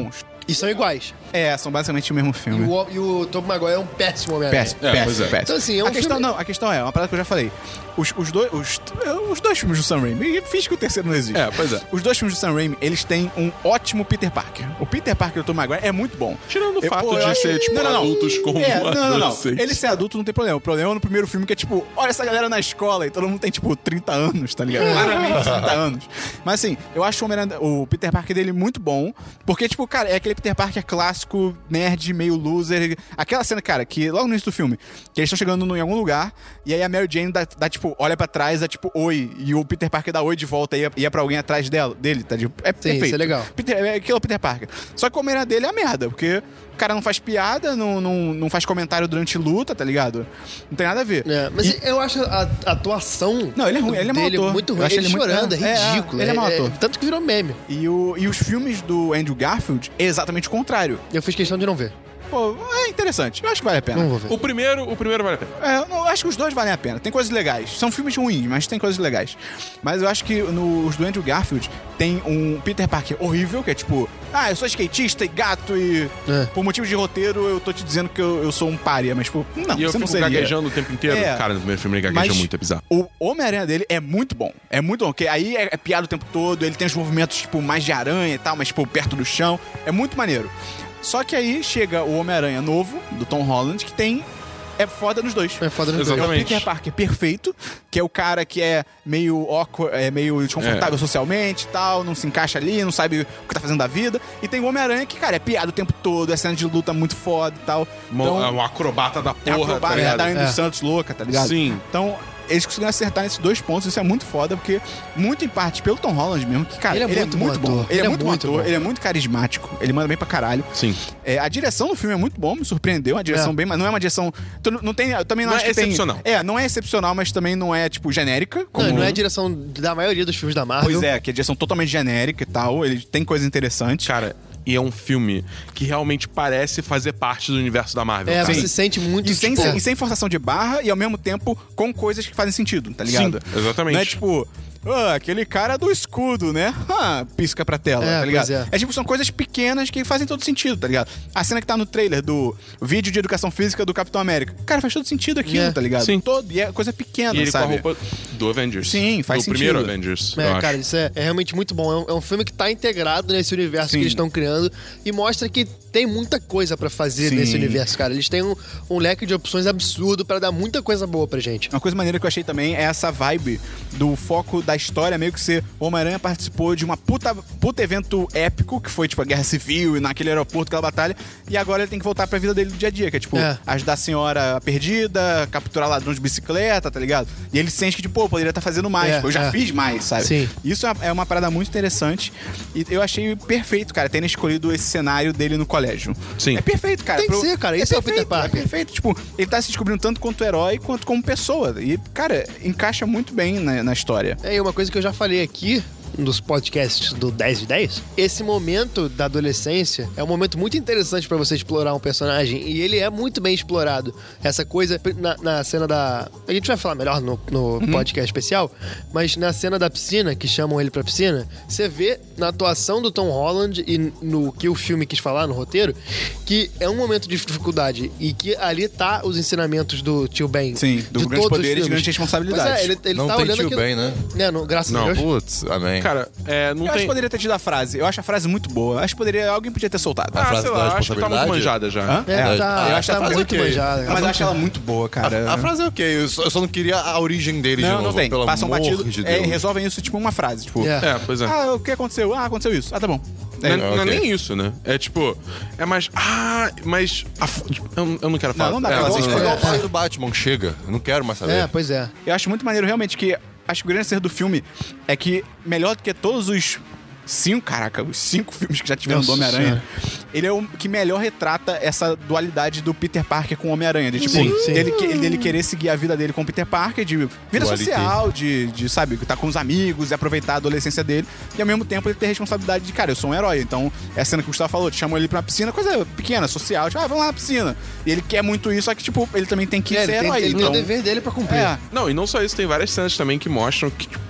E são iguais. É, são basicamente o mesmo E filme. o, e o Tobey Maguire é um péssimo Homem-Aranha. Péssimo, É, péssimo, pois é. péssimo. Então, assim, é um a questão, filme- não, a questão é, uma parada que eu já falei. Os, os, dois, os, os dois filmes do Sam Raimi, e finge que o terceiro não existe. É, pois é. Os dois filmes do Sam Raimi, eles têm um ótimo Peter Parker. O Peter Parker do Tom Maguire é muito bom. Tirando o Eu- fato pô, eu de acho- ser, tipo, Não, não, não. adultos com É, não, não, não. adolescentes. Ele ser adulto não tem problema. O problema é no primeiro filme que é tipo, olha essa galera na escola e todo mundo tem tipo trinta anos, tá ligado? Claramente trinta anos. Mas assim, eu acho o, Homem-Aranha- o Peter Parker dele muito bom, porque tipo, cara, é aquele Peter Parker clássico, nerd, meio loser. Aquela cena, cara, que logo no início do filme, que eles estão chegando no- em algum lugar e aí a Mary Jane dá, dá, tipo, olha pra trás, dá tipo, oi, e o Peter Parker dá oi de volta e ia, ia pra alguém atrás dela, dele, tá? Tipo, é perfeito. isso é legal. Peter, é aquilo é o Peter Parker. Só que o Homem-Aranha dele é a merda, porque o cara não faz piada, não, não, não faz comentário durante luta, tá ligado? Não tem nada a ver. É, mas eu acho a, a atuação Não, ele é ruim, ele é mau dele ator. muito Eu ruim. acho Ele, ele muito- chorando, é, é, é, ridículo. ele é mau ator. Tanto que virou meme. E, o, e os filmes do Andrew Garfield é exatamente o contrário. Eu fiz questão de não ver. Pô, é interessante. Eu acho que vale a pena. Não vou ver. O primeiro, o primeiro vale a pena. É, eu não- eu acho que os dois valem a pena. Tem coisas legais. São filmes ruins, mas tem coisas legais. Mas eu acho que nos do Andrew Garfield tem um Peter Parker horrível, que é tipo, ah, eu sou skatista e gato e É. por motivo de roteiro eu tô te dizendo que eu, eu sou um pária, mas tipo, não, E eu você não fico seria. gaguejando o tempo inteiro. É. Cara, no primeiro filme ele gagueja Mas muito, é bizarro. O Homem-Aranha dele é muito bom. É muito bom, porque aí é, é piada o tempo todo, ele tem os movimentos, tipo, mais de aranha e tal, mas, tipo, perto do chão. É muito maneiro. Só que aí chega o Homem-Aranha novo, do Tom Holland, que tem... É foda nos dois. É foda no Exatamente. É o Exatamente. Peter Parker perfeito, que é o cara que é meio awkward, é meio desconfortável É. socialmente e tal, não se encaixa ali, não sabe o que tá fazendo da vida. E tem o Homem-Aranha que, cara, é piada o tempo todo, é cena de luta muito foda e tal. Mo- é um acrobata da é a porra, acrobata tá ligado? da Dani É. dos Santos louca, tá ligado? Sim. Então, eles conseguiram acertar nesses dois pontos, isso é muito foda, porque muito em parte pelo Tom Holland mesmo, que, cara, Ele ele é é muito muito, bom bom. ator. Ele, é muito bom ator, bom. ele é muito carismático, ele manda bem pra caralho. Sim. É, a direção do filme é muito bom, me surpreendeu, uma direção É. bem, mas não é uma direção, tu não, não tem, eu também não, Não acho é que tem- excepcional. é, não é excepcional, mas também não é tipo genérica, como Não, não é a direção da maioria dos filmes da Marvel. Pois é, que é direção totalmente genérica e tal, ele tem coisa interessante. Cara, e é um filme que realmente parece fazer parte do universo da Marvel. É, cara. você se sente muito... E sem, tipo, e sem forçação de barra e ao mesmo tempo com coisas que fazem sentido, tá ligado? Sim, exatamente. Não é tipo, ah, aquele cara do escudo, né? Ah, pisca pra tela, É, tá ligado? pois é. É tipo, são coisas pequenas que fazem todo sentido, tá ligado? A cena que tá no trailer do vídeo de educação física do Capitão América. Cara, faz todo sentido aquilo, É. tá ligado? Sim. Todo, e é coisa pequena, E ele sabe? com a roupa do Avengers. Sim, faz do sentido. primeiro Avengers, eu É, acho. cara, isso é, é realmente muito bom. É um, é um filme que tá integrado nesse universo Sim. que eles estão criando e mostra que tem muita coisa pra fazer Sim. nesse universo, cara. Eles têm um, um leque de opções absurdo pra dar muita coisa boa pra gente. Uma coisa maneira que eu achei também é essa vibe do foco da história, meio que ser o Homem-Aranha participou de uma puta, puta evento épico, que foi tipo a Guerra Civil e naquele aeroporto, aquela batalha, e agora ele tem que voltar pra vida dele do dia a dia, que é tipo, É. ajudar a senhora perdida, capturar ladrões de bicicleta, tá ligado? E ele sente que, tipo, pô, eu poderia estar fazendo mais, É, pô, eu já é. fiz mais, sabe? Sim. Isso é uma- é uma parada muito interessante e eu achei perfeito, cara, terem escolhido esse cenário dele no colégio. Sim. É perfeito, cara. Tem que ser, cara, isso é o perfeito, Peter Parker. É perfeito, tipo, ele tá se descobrindo tanto quanto herói quanto como pessoa. E, cara, encaixa muito bem na, na história. É, e uma coisa que eu já falei aqui nos podcasts do dez de dez, esse momento da adolescência é um momento muito interessante pra você explorar um personagem e ele é muito bem explorado. Essa coisa na, na cena da... A gente vai falar melhor no, no Uhum. podcast especial, mas na cena da piscina, que chamam ele pra piscina, você vê na atuação do Tom Holland e no que o filme quis falar no roteiro, que é um momento de dificuldade e que ali tá os ensinamentos do tio Ben. Sim, do de grandes todos os poderes e filmes. grandes responsabilidades. Pois é, ele, ele Não tá tem olhando tio aquilo... Ben, né? É, não, graças a Não, Deus. putz, amém. Cara, é, não Eu acho tem... que poderia ter tido a frase. Eu acho a frase muito boa. Eu acho que poderia, alguém podia ter soltado. A Ah, frase sei da lá, acho que tá muito responsabilidade? manjada já. Hã? É, É, tá, eu acho tá a frase muito ok. manjada. Mas eu acho ela muito boa, cara. A, a frase é ok, eu só, eu só não queria a origem dele de Não, novo, não tem. pelo Passam amor batido. de é, Deus. resolvem isso tipo uma frase. Tipo, É. É, pois é. ah, o que aconteceu? Ah, aconteceu isso. Ah, tá bom. É, Não, é- não é ok. nem isso, né? É tipo, é mais. Ah, mas. a f- eu, eu não quero falar. não dá é, pra mas- fazer É isso. igual o pai do Batman, chega. Eu não quero mais saber. É, pois é. Eu acho muito maneiro, realmente, que acho que o grande acerto do filme é que, melhor do que todos os cinco, caraca, os cinco filmes que já tiveram do Nossa Homem-Aranha, ele é o que melhor retrata essa dualidade do Peter Parker com o Homem-Aranha. De, tipo, Sim, sim. Dele, que- dele querer seguir a vida dele com o Peter Parker, de vida Duality. social, de, de, sabe, estar com os amigos e aproveitar a adolescência dele. E ao mesmo tempo ele ter a responsabilidade de, cara, eu sou um herói. Então, é a cena que o Gustavo falou, te chamou ele pra uma piscina, coisa pequena, social, tipo, ah, vamos lá na piscina. E ele quer muito isso, só que, tipo, ele também tem que É, ser ele tem, herói. ele tem então, o dever dele pra cumprir. é, Não, e não só isso, tem várias cenas também que mostram que, tipo,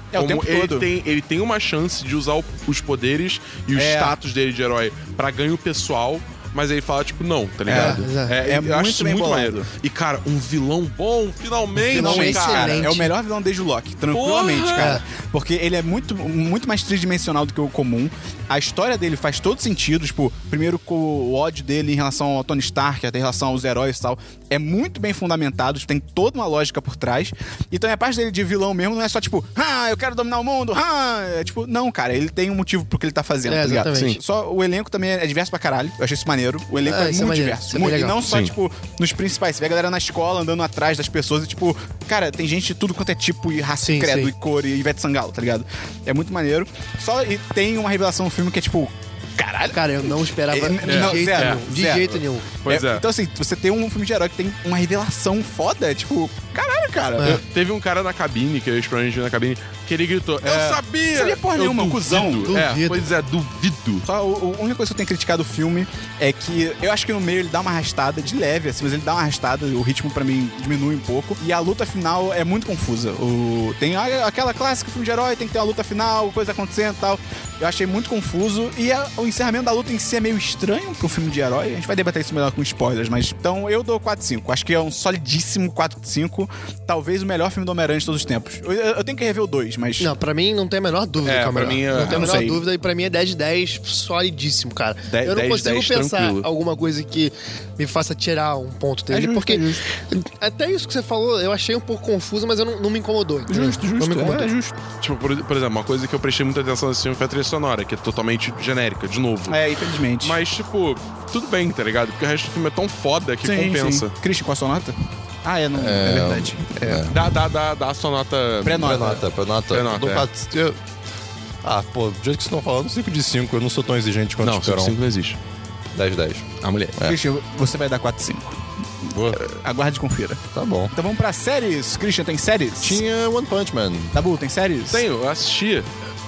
É, o Como tempo ele todo. Tem, ele tem uma chance de usar o- os poderes e o É. status dele de herói pra ganho pessoal, mas ele fala, tipo, não, tá ligado? É, é eu muito acho isso bem muito bolado. maneiro. E, cara, um vilão bom, finalmente, Finalmente, Vilão cara. excelente. É o melhor vilão desde o Loki, tranquilamente, Porra! cara. Porque ele é muito, muito mais tridimensional do que o comum. A história dele faz todo sentido. Tipo, primeiro com o ódio dele em relação ao Tony Stark, até em relação aos heróis e tal. É muito bem fundamentado, tem toda uma lógica por trás. Então a parte dele de vilão mesmo não é só tipo, ah, eu quero dominar o mundo, ah. É tipo, não, cara, ele tem um motivo pro que ele tá fazendo, É, tá ligado? exatamente. Sim. Só o elenco também é diverso pra caralho. Eu achei isso maneiro. O elenco É, é, isso é muito maneiro. diverso. Isso é Muito, bem e legal. não só, Sim. tipo, nos principais. Você vê a galera na escola andando atrás das pessoas e, tipo, cara, tem gente de tudo quanto é tipo e raça, Sim, credo sim. e cor e Ivete Sangalo, tá ligado? É muito maneiro. Só e tem uma revelação no filme que é, tipo, caralho. Cara, eu não esperava É, de não, jeito zero, nenhum. De zero. jeito nenhum. Pois é. Então, assim, você tem um filme de herói que tem uma revelação foda, é, tipo, caralho, cara. É. Eu- teve um cara na cabine, que eu experimento na cabine, que ele gritou, eu É, sabia! sabia porra Eu nenhuma, um duvido. cuzão. É, Duvido. pois é, duvido. Só o- a única coisa que eu tenho criticado do filme é que eu acho que no meio ele dá uma arrastada de leve, assim, mas ele dá uma arrastada, o ritmo pra mim diminui um pouco. E a luta final é muito confusa. O, tem a- aquela clássica filme de herói, tem que ter uma luta final, coisa acontecendo e tal. Eu achei muito confuso. E a- o encerramento da luta em si é meio estranho pro filme de herói. A gente vai debater isso melhor com spoilers, mas então eu dou quatro cinco. Acho que é um solidíssimo quatro cinco. Talvez o melhor filme do Homem-Aranha de todos os tempos. Eu, eu tenho que rever o dois, mas. Não, pra mim não tem a menor dúvida É, que é o pra melhor. mim, é- não tem a eu não menor sei. dúvida e pra mim é dez de dez, solidíssimo, cara. dez, eu não dez, consigo dez, pensar tranquilo. alguma coisa que me faça tirar um ponto dele, justo, porque é justo. até isso que você falou, eu achei um pouco confuso, mas eu não, não me incomodou. entendeu? Justo, Não justo. me incomodou. É, justo. Tipo, por, por exemplo, uma coisa que eu prestei muita atenção nesse filme foi a trilha sonora, que é totalmente genérica, de novo. É, infelizmente. Mas, tipo, tudo bem, tá ligado? Porque o resto do filme é tão foda que compensa. Sim. Christian, qual a sua nota? Ah, é, não, é, verdade. É. Dá, dá, dá, dá a sua nota. Pré-nota. Prenota, prenota. Prenota, Dou é. quatro- eu- Ah, pô, do jeito que vocês estão falando, cinco de cinco. Eu não sou tão exigente quanto Não, esperam. cinco não existe. dez de dez. A mulher. Christian, você vai dar quatro cinco. Boa. Aguarde e confira. Tá bom. Então vamos pra séries. Christian, tem séries? Tinha One Punch Man. Tabu, tem séries? Tenho, eu assisti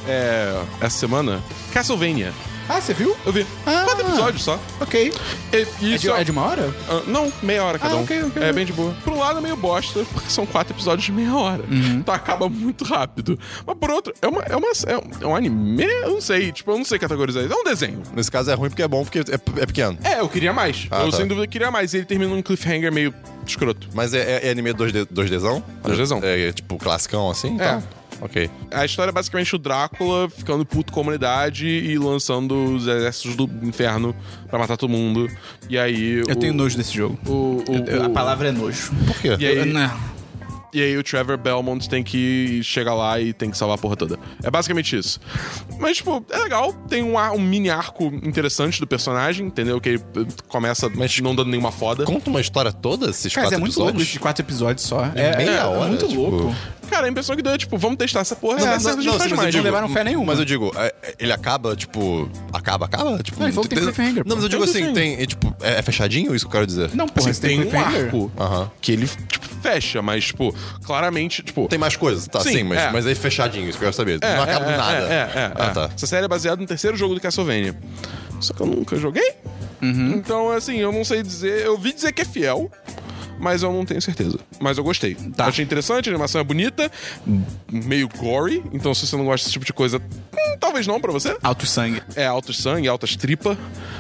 é, essa semana Castlevania. Ah, você viu? Eu vi. Ah. Quatro episódios só. Ok. E, É isso de, é de uma hora? Ah, não, meia hora cada Ah, um. ok, ok. É bem de boa. Por um lado é meio bosta, porque são quatro episódios de meia hora. Uhum. Então acaba muito rápido. Mas por outro, é, uma, é, uma, é, um, é um anime? Eu não sei. Tipo, eu não sei categorizar isso. É um desenho. Nesse caso é ruim porque é bom, porque é, é pequeno. É, eu queria mais. Ah, eu tá. sem dúvida queria mais. E ele termina num cliffhanger meio escroto. Mas é, é, é anime dois D, dois Dzão? dois Dzão. É, é tipo classicão assim? Então? Ok. A história é basicamente o Drácula ficando puto com a humanidade e lançando os exércitos do inferno pra matar todo mundo. E aí. Eu o, tenho nojo desse jogo. O, o, Eu- o- a palavra é nojo. Por quê? E aí, Eu- não. E aí o Trevor Belmont tem que chegar lá e tem que salvar a porra toda. É basicamente isso. Mas, tipo, é legal. Tem um, ar- um mini arco interessante do personagem, entendeu? Que ele eh, começa Mas- não dando nenhuma foda. Conta uma história toda, esses Cara, quatro é muito episódios? louco isso de quatro episódios só. É meia é, hora, muito tipo- louco. Cara, a impressão que deu é, tipo, vamos testar essa porra. É, se der não- certo, a gente Não, faz sim, mas eu mais. digo, levaram fé nenhuma. Mas eu digo, é, ele acaba, tipo. Acaba, acaba? Tipo, Não, ele falou que tem cliffhanger, Não, mas eu pô. digo Tem assim, tem. É, tipo, é, é fechadinho isso que eu quero dizer? Não, porra, Assim, você tem um cliffhanger? arco Aham. que ele, tipo, fecha, mas, tipo, claramente, tipo... Tem mais coisas, tá? Sim, Sim, mas, é. mas é fechadinho, isso que eu quero saber. É, não acaba é, do nada. É, é, é, Ah, é. tá. Essa série é baseada no terceiro jogo do Castlevania. Só que eu nunca joguei. Uhum. Então, assim, eu não sei dizer... Eu ouvi dizer que é fiel, mas eu não tenho certeza. Mas eu gostei. Tá. Eu achei interessante, a animação é bonita, meio gory. Então, se você não gosta desse tipo de coisa, hum, talvez não pra você. Alto sangue. É alto sangue, altas tripas.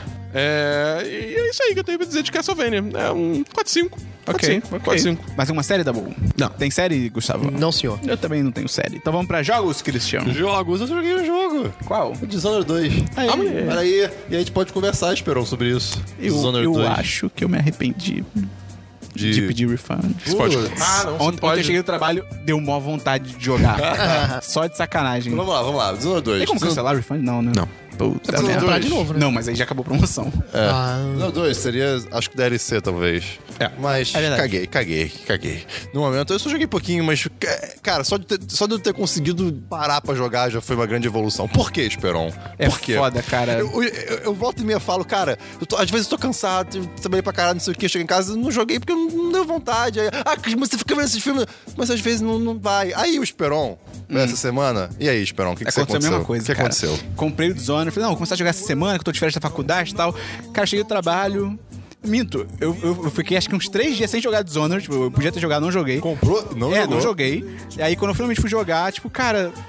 É... E é isso aí que eu tenho pra dizer de Castlevania. É um quatro cinco. Ok, quatro cinco. Mas tem uma série, da boa? Não. Tem série, Gustavo? Não, senhor. Eu também não tenho série. Então vamos pra jogos, Cristiano. Jogos, eu joguei um jogo. Qual? O Dishonored dois. Aí. Ah, peraí. E a gente pode conversar, Esperão, sobre isso. Eu, Dishonored eu dois. acho que eu me arrependi de, De- pedir refund. Putz. Pode. Ah, não, você Ontem, ontem pode. eu cheguei do trabalho, deu mó vontade de jogar. Só de sacanagem. Vamos lá, vamos lá. Dishonored dois. Tem como Dishonored- cancelar o refund? Não, né? Não. Puta Dishonored merda. dois. de novo, né? Não, mas aí já acabou a promoção. É. Ah. Dishonored dois seria, acho que D L C, talvez. É. Mas É verdade. caguei, caguei, caguei. No momento, eu só joguei pouquinho, mas, ca- cara, só de, ter, só de eu ter conseguido parar pra jogar já foi uma grande evolução. Por que, Esperon? É Por quê? foda, cara. Eu, eu, eu, eu volto e meia falo, cara, eu tô- às vezes eu tô cansado, eu trabalhei pra caralho, não sei o que, chego em casa, não joguei porque não, não deu vontade. Aí, ah, mas você fica vendo esses filmes, mas às vezes não, não vai. Aí o Esperon, essa semana, e aí, Esperon, o que, que você Aconteceu aconteceu? a mesma coisa, O que cara. aconteceu? Comprei o Dishonored, falei, não, vou começar a jogar essa semana, que eu tô de férias da faculdade e tal. Cara, cheguei do trabalho... Minto, eu, eu, eu fiquei acho que uns três dias sem jogar Dishonored, tipo, eu podia ter jogado, não joguei. Comprou? Não é, jogou? não joguei. E aí, quando eu finalmente fui jogar, tipo, cara,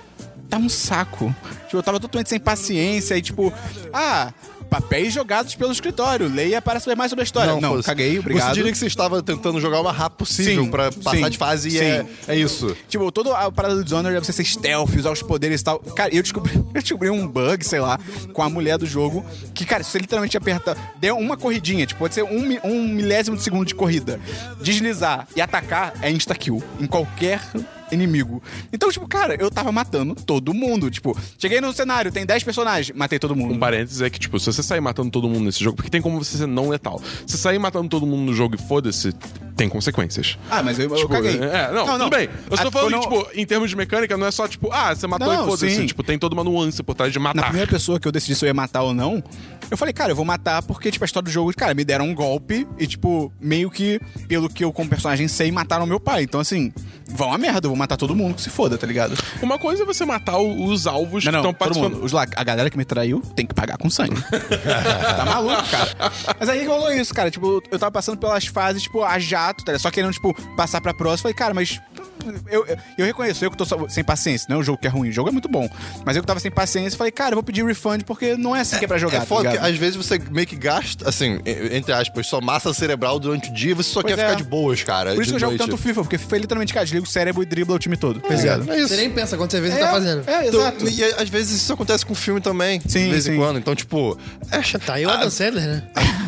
tá um saco. Tipo, eu tava totalmente sem paciência e tipo, ah, papéis jogados pelo escritório, leia para saber mais sobre a história. Não, não foda-se. caguei, obrigado. Você diria que você estava tentando jogar o mais rápido possível Sim, pra passar sim, de fase e sim. é, é isso. Tipo, toda a parada do Dishonored é você ser stealth, usar os poderes e tal. Cara, eu descobri, eu descobri um bug, sei lá, com a mulher do jogo, que, cara, se você literalmente aperta, der uma corridinha, tipo, pode ser um, mi- um milésimo de segundo de corrida, deslizar e atacar, é insta-kill. Em qualquer inimigo. Então, tipo, cara, eu tava matando todo mundo. Tipo, cheguei no cenário, tem dez personagens, matei todo mundo. Um parênteses é que, tipo, se você sair matando todo mundo nesse jogo, porque tem como você ser não letal. Se sair matando todo mundo no jogo e foda-se, tem consequências. Ah, mas eu, eu Tipo, caguei. É, não, Não, não. tudo bem. Eu Ah, estou falando quando que, tipo, em termos de mecânica, não é só, tipo, ah, você matou Não, e foda-se. sim. Tipo, tem toda uma nuance por trás de Na matar. primeira pessoa que eu decidi se eu ia matar ou não, eu falei, cara, eu vou matar porque, tipo, a história do jogo, cara, me deram um golpe e, tipo, meio que, pelo que eu como personagem sei, mataram meu pai. Então, assim, vão a merda, eu vou matar todo mundo que se foda, tá ligado? Uma coisa é você matar o- os alvos Não, que não, estão todo participando. mundo. Os lá, a galera que me traiu tem que pagar com sangue. Tá maluco, cara. Mas aí rolou isso, cara. Tipo, eu tava passando pelas fases, tipo, a jato, tá ligado? Só querendo, tipo, passar pra próxima. Falei, cara, mas... Eu, eu, eu reconheço, eu que tô só- sem paciência. Não é o jogo que é ruim, o jogo é muito bom. Mas eu que tava sem paciência, falei, cara, eu vou pedir refund porque não é assim que é pra jogar, É foda tá que ligado? às vezes você meio que gasta, assim, e- entre aspas, sua massa cerebral durante o dia, você só Pois quer é. ficar de boas, cara. Por isso de que eu jogo noite. tanto FIFA, porque FIFA é literalmente, cara, desliga o cérebro e dribla o time todo. Tá Pois é. ligado? É isso. Você nem pensa quando você vê o que É, você tá fazendo. É, Então, exato. e às vezes isso acontece com filme também, Sim, de vez sim. em quando. Então, tipo, é, Tá aí o Adam Sandler, né?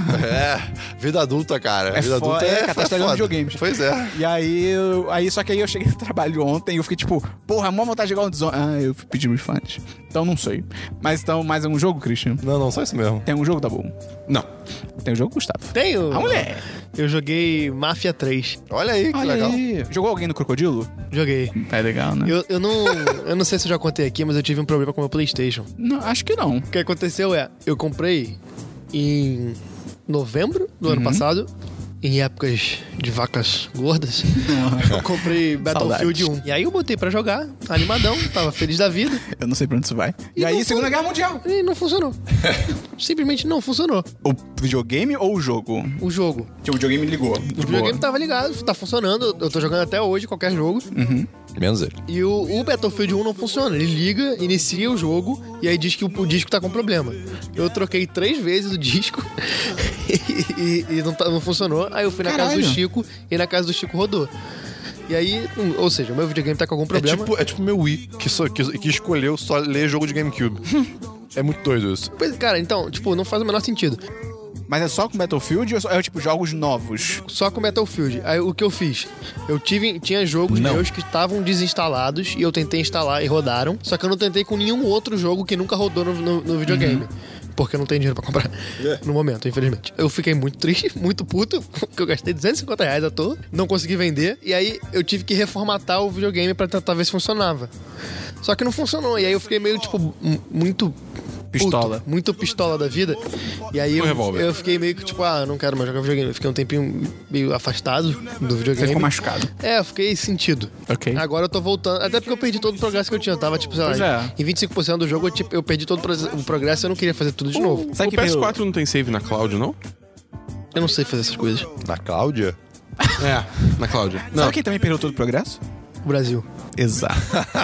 é vida adulta, cara. É vida foda, adulta é, é, cara, tá é estragando foda. videogames. Pois é. E aí, eu, aí, só que aí eu cheguei no trabalho ontem e eu fiquei tipo, porra, mó vontade de jogar um Dishonored. Ah, eu pedi refund. Então não sei. Mas então, mais um jogo, Christian? Não, não, só isso mesmo. Tem um jogo, tá bom? Não. Tem um jogo, Gustavo? Tenho. A mulher. Eu joguei Mafia três. Olha aí, que Olha legal. aí. Jogou alguém no Crocodilo? Joguei. É legal, né? Eu, eu não. Eu não sei se eu já contei aqui, mas eu tive um problema com o meu PlayStation. Não, acho que não. O que aconteceu é, eu comprei em novembro do ano passado, em épocas de vacas gordas. Eu comprei Battlefield Saudades. um. E aí eu botei pra jogar, animadão, tava feliz da vida. Eu não sei pra onde isso vai. E, E aí, não Segunda foi- Guerra Mundial. E não funcionou. Simplesmente não funcionou. O videogame ou o jogo? O jogo. Tipo, o videogame ligou. O videogame tava ligado, tá funcionando. Eu tô jogando até hoje, qualquer jogo. Menos ele. E o, o Battlefield um não funciona. Ele liga, inicia o jogo e aí diz que o, o disco tá com problema. Eu troquei três vezes o disco e, e- e não, tá- não funcionou. Aí eu fui na casa Caralho. do Chico e na casa do Chico rodou. E aí, hum, ou seja, o meu videogame tá com algum É problema. tipo, é tipo meu Wii, que, só, que, que escolheu só ler jogo de GameCube. É muito doido isso. Pois, cara, então, tipo, não faz o menor sentido. Mas é só com Battlefield ou só- é tipo jogos novos? Só com Battlefield. Aí o que eu fiz? Eu tive, tinha jogos meus que estavam desinstalados e eu tentei instalar e rodaram. Só que eu não tentei com nenhum outro jogo que nunca rodou no, no- no videogame. Porque eu não tenho dinheiro pra comprar no momento, infelizmente. Eu fiquei muito triste, muito puto, porque eu gastei duzentos e cinquenta reais à toa, não consegui vender, e aí eu tive que reformatar o videogame pra tentar ver se funcionava. Só que não funcionou, e aí eu fiquei meio, tipo, m- muito... puto, Pistola. muito pistola da vida. E aí eu, revólver. eu fiquei meio que, tipo, ah, eu não quero mais jogar videogame. Eu fiquei um tempinho meio afastado do videogame. Você ficou machucado. É, eu fiquei sentido. Ok. Agora eu tô voltando. Até porque eu perdi todo o progresso que eu tinha. Eu tava, tipo, sei Pois lá, é. em vinte e cinco por cento do jogo eu, tipo, eu perdi todo o pro- o progresso e eu não queria fazer tudo de novo. Sabe O que P S veio- quatro não tem save na cloud, não? Eu não sei fazer essas coisas. Na Cláudia? É, na cloud. Não. Sabe quem também perdeu todo o progresso? O Brasil. Exato.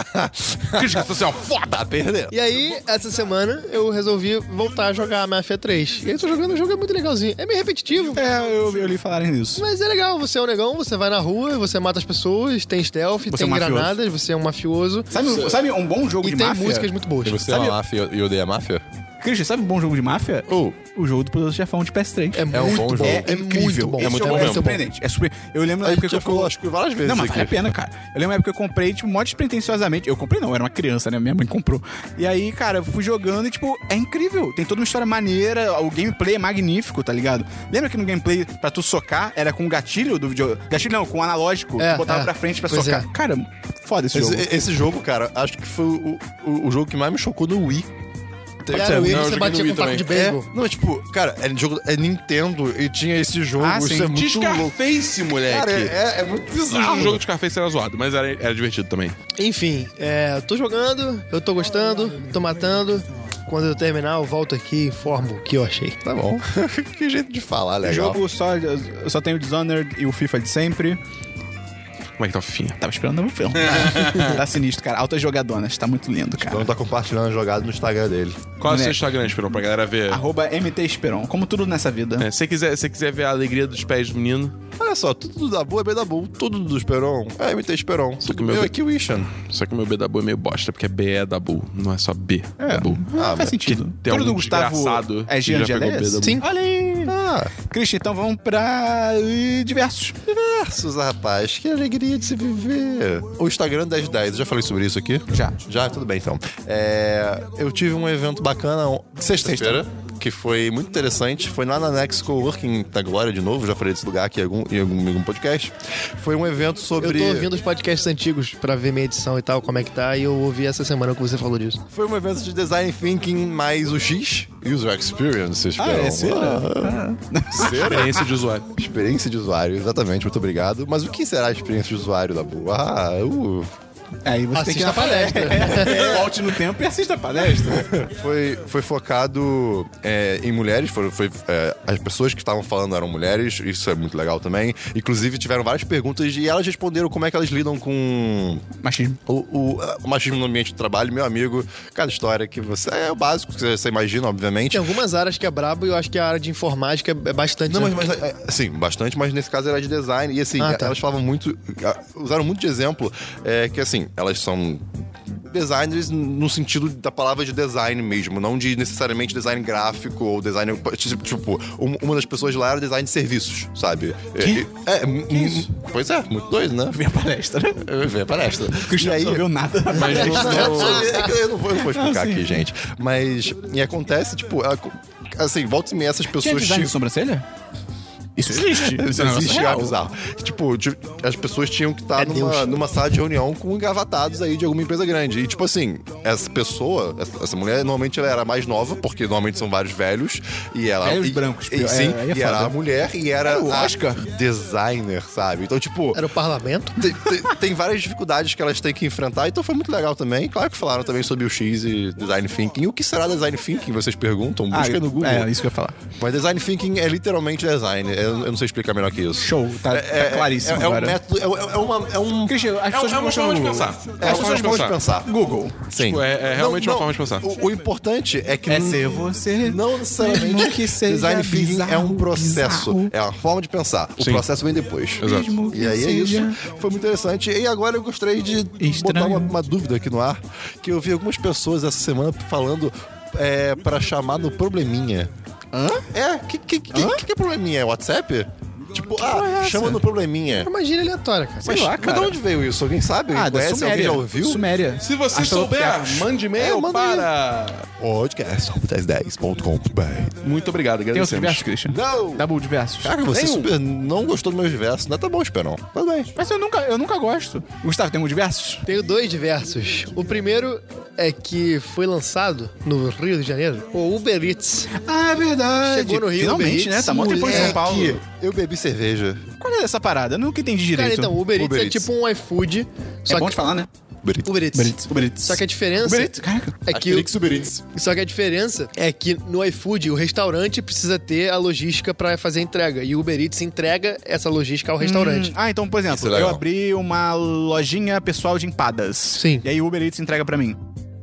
Crítica social foda! Tá perdendo. E aí, essa semana, eu resolvi voltar a jogar Mafia três. E aí eu tô jogando, o jogo é muito legalzinho. É meio repetitivo. É, eu, eu li falarem nisso. Mas é legal, você é um negão, você vai na rua, você mata as pessoas, tem stealth, Você é tem um mafioso. granadas, você é um mafioso. Sabe, sabe um bom jogo E de tem máfia? músicas muito boas. E você Sabe- é uma máfia e odeia a máfia? Christian, sabe um bom jogo de máfia? Oh. O jogo do Poderoso Chefão de P S três. É, um muito bom bom. jogo. É, É incrível. muito bom. Esse É muito jogo bom é mesmo. surpreendente. É super... Eu lembro da A época gente que já eu... falou, acho que várias vezes Não, mas aqui. vale a pena, cara. Eu lembro da época que eu comprei, tipo, mó despretensiosamente. Eu comprei não, eu era uma criança, né? Minha mãe comprou. E aí, cara, eu fui jogando e, tipo, é incrível. Tem toda uma história maneira, o gameplay é magnífico, tá ligado? Lembra que no gameplay, pra tu socar, era com o gatilho do vídeo... Gatilho não, com o analógico. É, tu botava é. pra frente pra Pois socar. é. Cara, foda esse, Esse jogo. jogo. esse jogo, cara, acho que foi o, o, o jogo que mais me chocou no Wii. Era Sério, o Wii, não, eu você joguei batia no com Wii taco de também. beisebol. É, não, é tipo, cara, é, jogo, é Nintendo e tinha esse jogo, Ah, isso sim. é muito De louco. Scarface, moleque! Cara, é, é muito O bizarro. jogo de Scarface era zoado, mas era, era divertido também. Enfim, é, tô jogando, eu tô gostando, tô matando. Quando eu terminar, eu volto aqui e informo o que eu achei. Tá bom. Que jeito de falar, O legal. jogo só, eu só tenho o Dishonored e o FIFA de sempre. Como é que tá o fofinho? Tava esperando o filme. Tá sinistro, cara. Altas jogadonas. Tá muito lindo, cara. Então tá compartilhando a jogada no Instagram dele. Qual é o seu Né? Instagram, Esperon, pra galera ver? Arroba M T Esperon. Como tudo nessa vida. É, se você quiser, se você quiser ver a alegria dos pés do menino, Olha só, tudo do Dabu é B Dabu. Tudo do Esperon é M T Esperon. que Tudo meu meu B- é Kiwishan. só que o meu B Dabu é meio bosta, porque é B é Dabu, não é só B. É. Dabu. Ah, Ah, faz sentido. tem Tudo algum do Gustavo desgraçado é que Jean já de pegou Aléas? B da Sim. Olha aí. Ah, Christian, então vamos pra uh, diversos. versus, rapaz. Que alegria de se viver. O Instagram dez dez, eu já falei sobre isso aqui? Já. Já? Tudo bem, então. É, eu tive um evento bacana on- sexta-feira, que foi muito interessante. Foi lá na Next Coworking da Glória, de novo. Já falei desse lugar aqui em algum, em algum, em algum podcast. Foi um evento Eu sobre... tô ouvindo os podcasts antigos pra ver minha edição e tal, como é que tá, e eu ouvi essa semana que você falou disso. Foi um evento de Design Thinking mais o X, User Experience, vocês Ah, esperam. é cera? Experiência de usuário. Experiência de usuário, exatamente, muito obrigado. Mas o que será a experiência de usuário da boa? Ah, uh, Aí você tem que ir Assista na a palestra. É, volte no tempo e assista a palestra. foi, foi focado é, em mulheres, foi, foi, é, as pessoas que estavam falando eram mulheres, isso é muito legal também. Inclusive tiveram várias perguntas e elas responderam como é que elas lidam com Machismo. o, o, o machismo no ambiente de trabalho. Meu amigo, cada história que você... É o básico que você imagina, obviamente. Tem algumas áreas que é brabo e eu acho que a área de informática é bastante... Não, né? mas, mas é, assim, bastante, mas nesse caso era de design. E assim, Ah, tá. elas falavam muito, usaram muito de exemplo, é, que assim, elas são designers no sentido da palavra de design mesmo, não de necessariamente design gráfico ou design... Tipo, tipo, um- uma das pessoas lá era design de serviços, sabe? Que? É, é, hum, pois é, muito doido, né? Ver a palestra. Eu vi a palestra. O Christian E aí- não ouviu nada. Mas não, não- não, é que eu não vou, eu não vou explicar Ah, sim. aqui, gente. Mas, e acontece, tipo, a- assim, volta e meia essas Tinha pessoas... design de tipo- sobrancelha? Isso existe. Isso existe, é bizarro. Tipo, ti- as pessoas tinham que estar É numa, Deus. numa sala de reunião com engavatados aí de alguma empresa grande. E, tipo assim, essa pessoa, essa, essa mulher, normalmente ela era mais nova, porque normalmente são vários velhos. E ela. Velhos e, brancos, E, é- sim, aí é e era foda. a mulher e era, Era o a Oscar. designer, sabe? Então, tipo. Era o parlamento? Tem, tem- tem várias dificuldades que elas têm que enfrentar, então foi muito legal também. Claro que falaram também sobre o X e Design Thinking. O que será Design Thinking? Vocês perguntam? Busca no Google. É, isso que eu ia falar. Mas Design Thinking é literalmente design. Eu, eu não sei explicar melhor que isso. Show, tá, tá claríssimo É, é um agora. método, é, é- é uma, é um... Christian, as É, pessoas é uma buscam forma de no pensar. Google. É É, uma as forma pessoas de vão pensar. pensar. Google. Sim. Tipo, é- é realmente uma forma de pensar. O, o importante é que... É n- ser você. Não necessariamente Mesmo que seja design thinking bizarro, é um processo. bizarro. É uma forma de pensar. O Sim. processo vem depois. Exato. Mesmo que E aí é seja- isso. Foi muito interessante. E agora eu gostaria de Estranho. botar uma, uma dúvida aqui no ar. Que eu vi algumas pessoas essa semana falando é, pra chamar no probleminha. Hã? É, que que, que, que, que é probleminha? É WhatsApp? Tipo, porra é ah, essa? chama no probleminha. É uma gíria aleatória, cara. Sei Mas, lá, mas cara. de onde veio isso? Alguém sabe? Alguém Ah, da conhece? Alguém Suméria. já ouviu? Suméria. Se você Astrolopithecus. souber, mande e-mail É, manda aí. para... Podcast dez dez ponto com ponto b r. Muito obrigado, Tem outros agradecemos. diversos, Christian? Não! Double diversos. Cara, você Tem um. super não gostou dos meus versos. Não tá bom, Esperão. Tudo bem. Mas eu nunca, eu nunca gosto. Gustavo, tem um diversos? Tenho dois diversos. O primeiro é que foi lançado no Rio de Janeiro o Uber Eats. Ah, é verdade. Chegou no Rio, Finalmente, Uber Eats. né? Tá mó tempo em São Moleque. Paulo. Eu bebi cerveja. Qual é essa parada? Eu nunca entendi direito. Cara, então, o Uber Eats Uber é Eats. tipo um iFood. Só é bom que... de falar, né? Uber Eats. Uber Eats. Uber Eats. Só que a diferença Uber Eats, caraca. é que o... Asterix Uber Eats. Só que a diferença é que no iFood o restaurante precisa ter a logística pra fazer a entrega e o Uber Eats entrega essa logística ao restaurante. Hum, ah, então, por Isso exemplo, é legal. eu abri uma lojinha pessoal de empadas. Sim. E aí o Uber Eats entrega pra mim.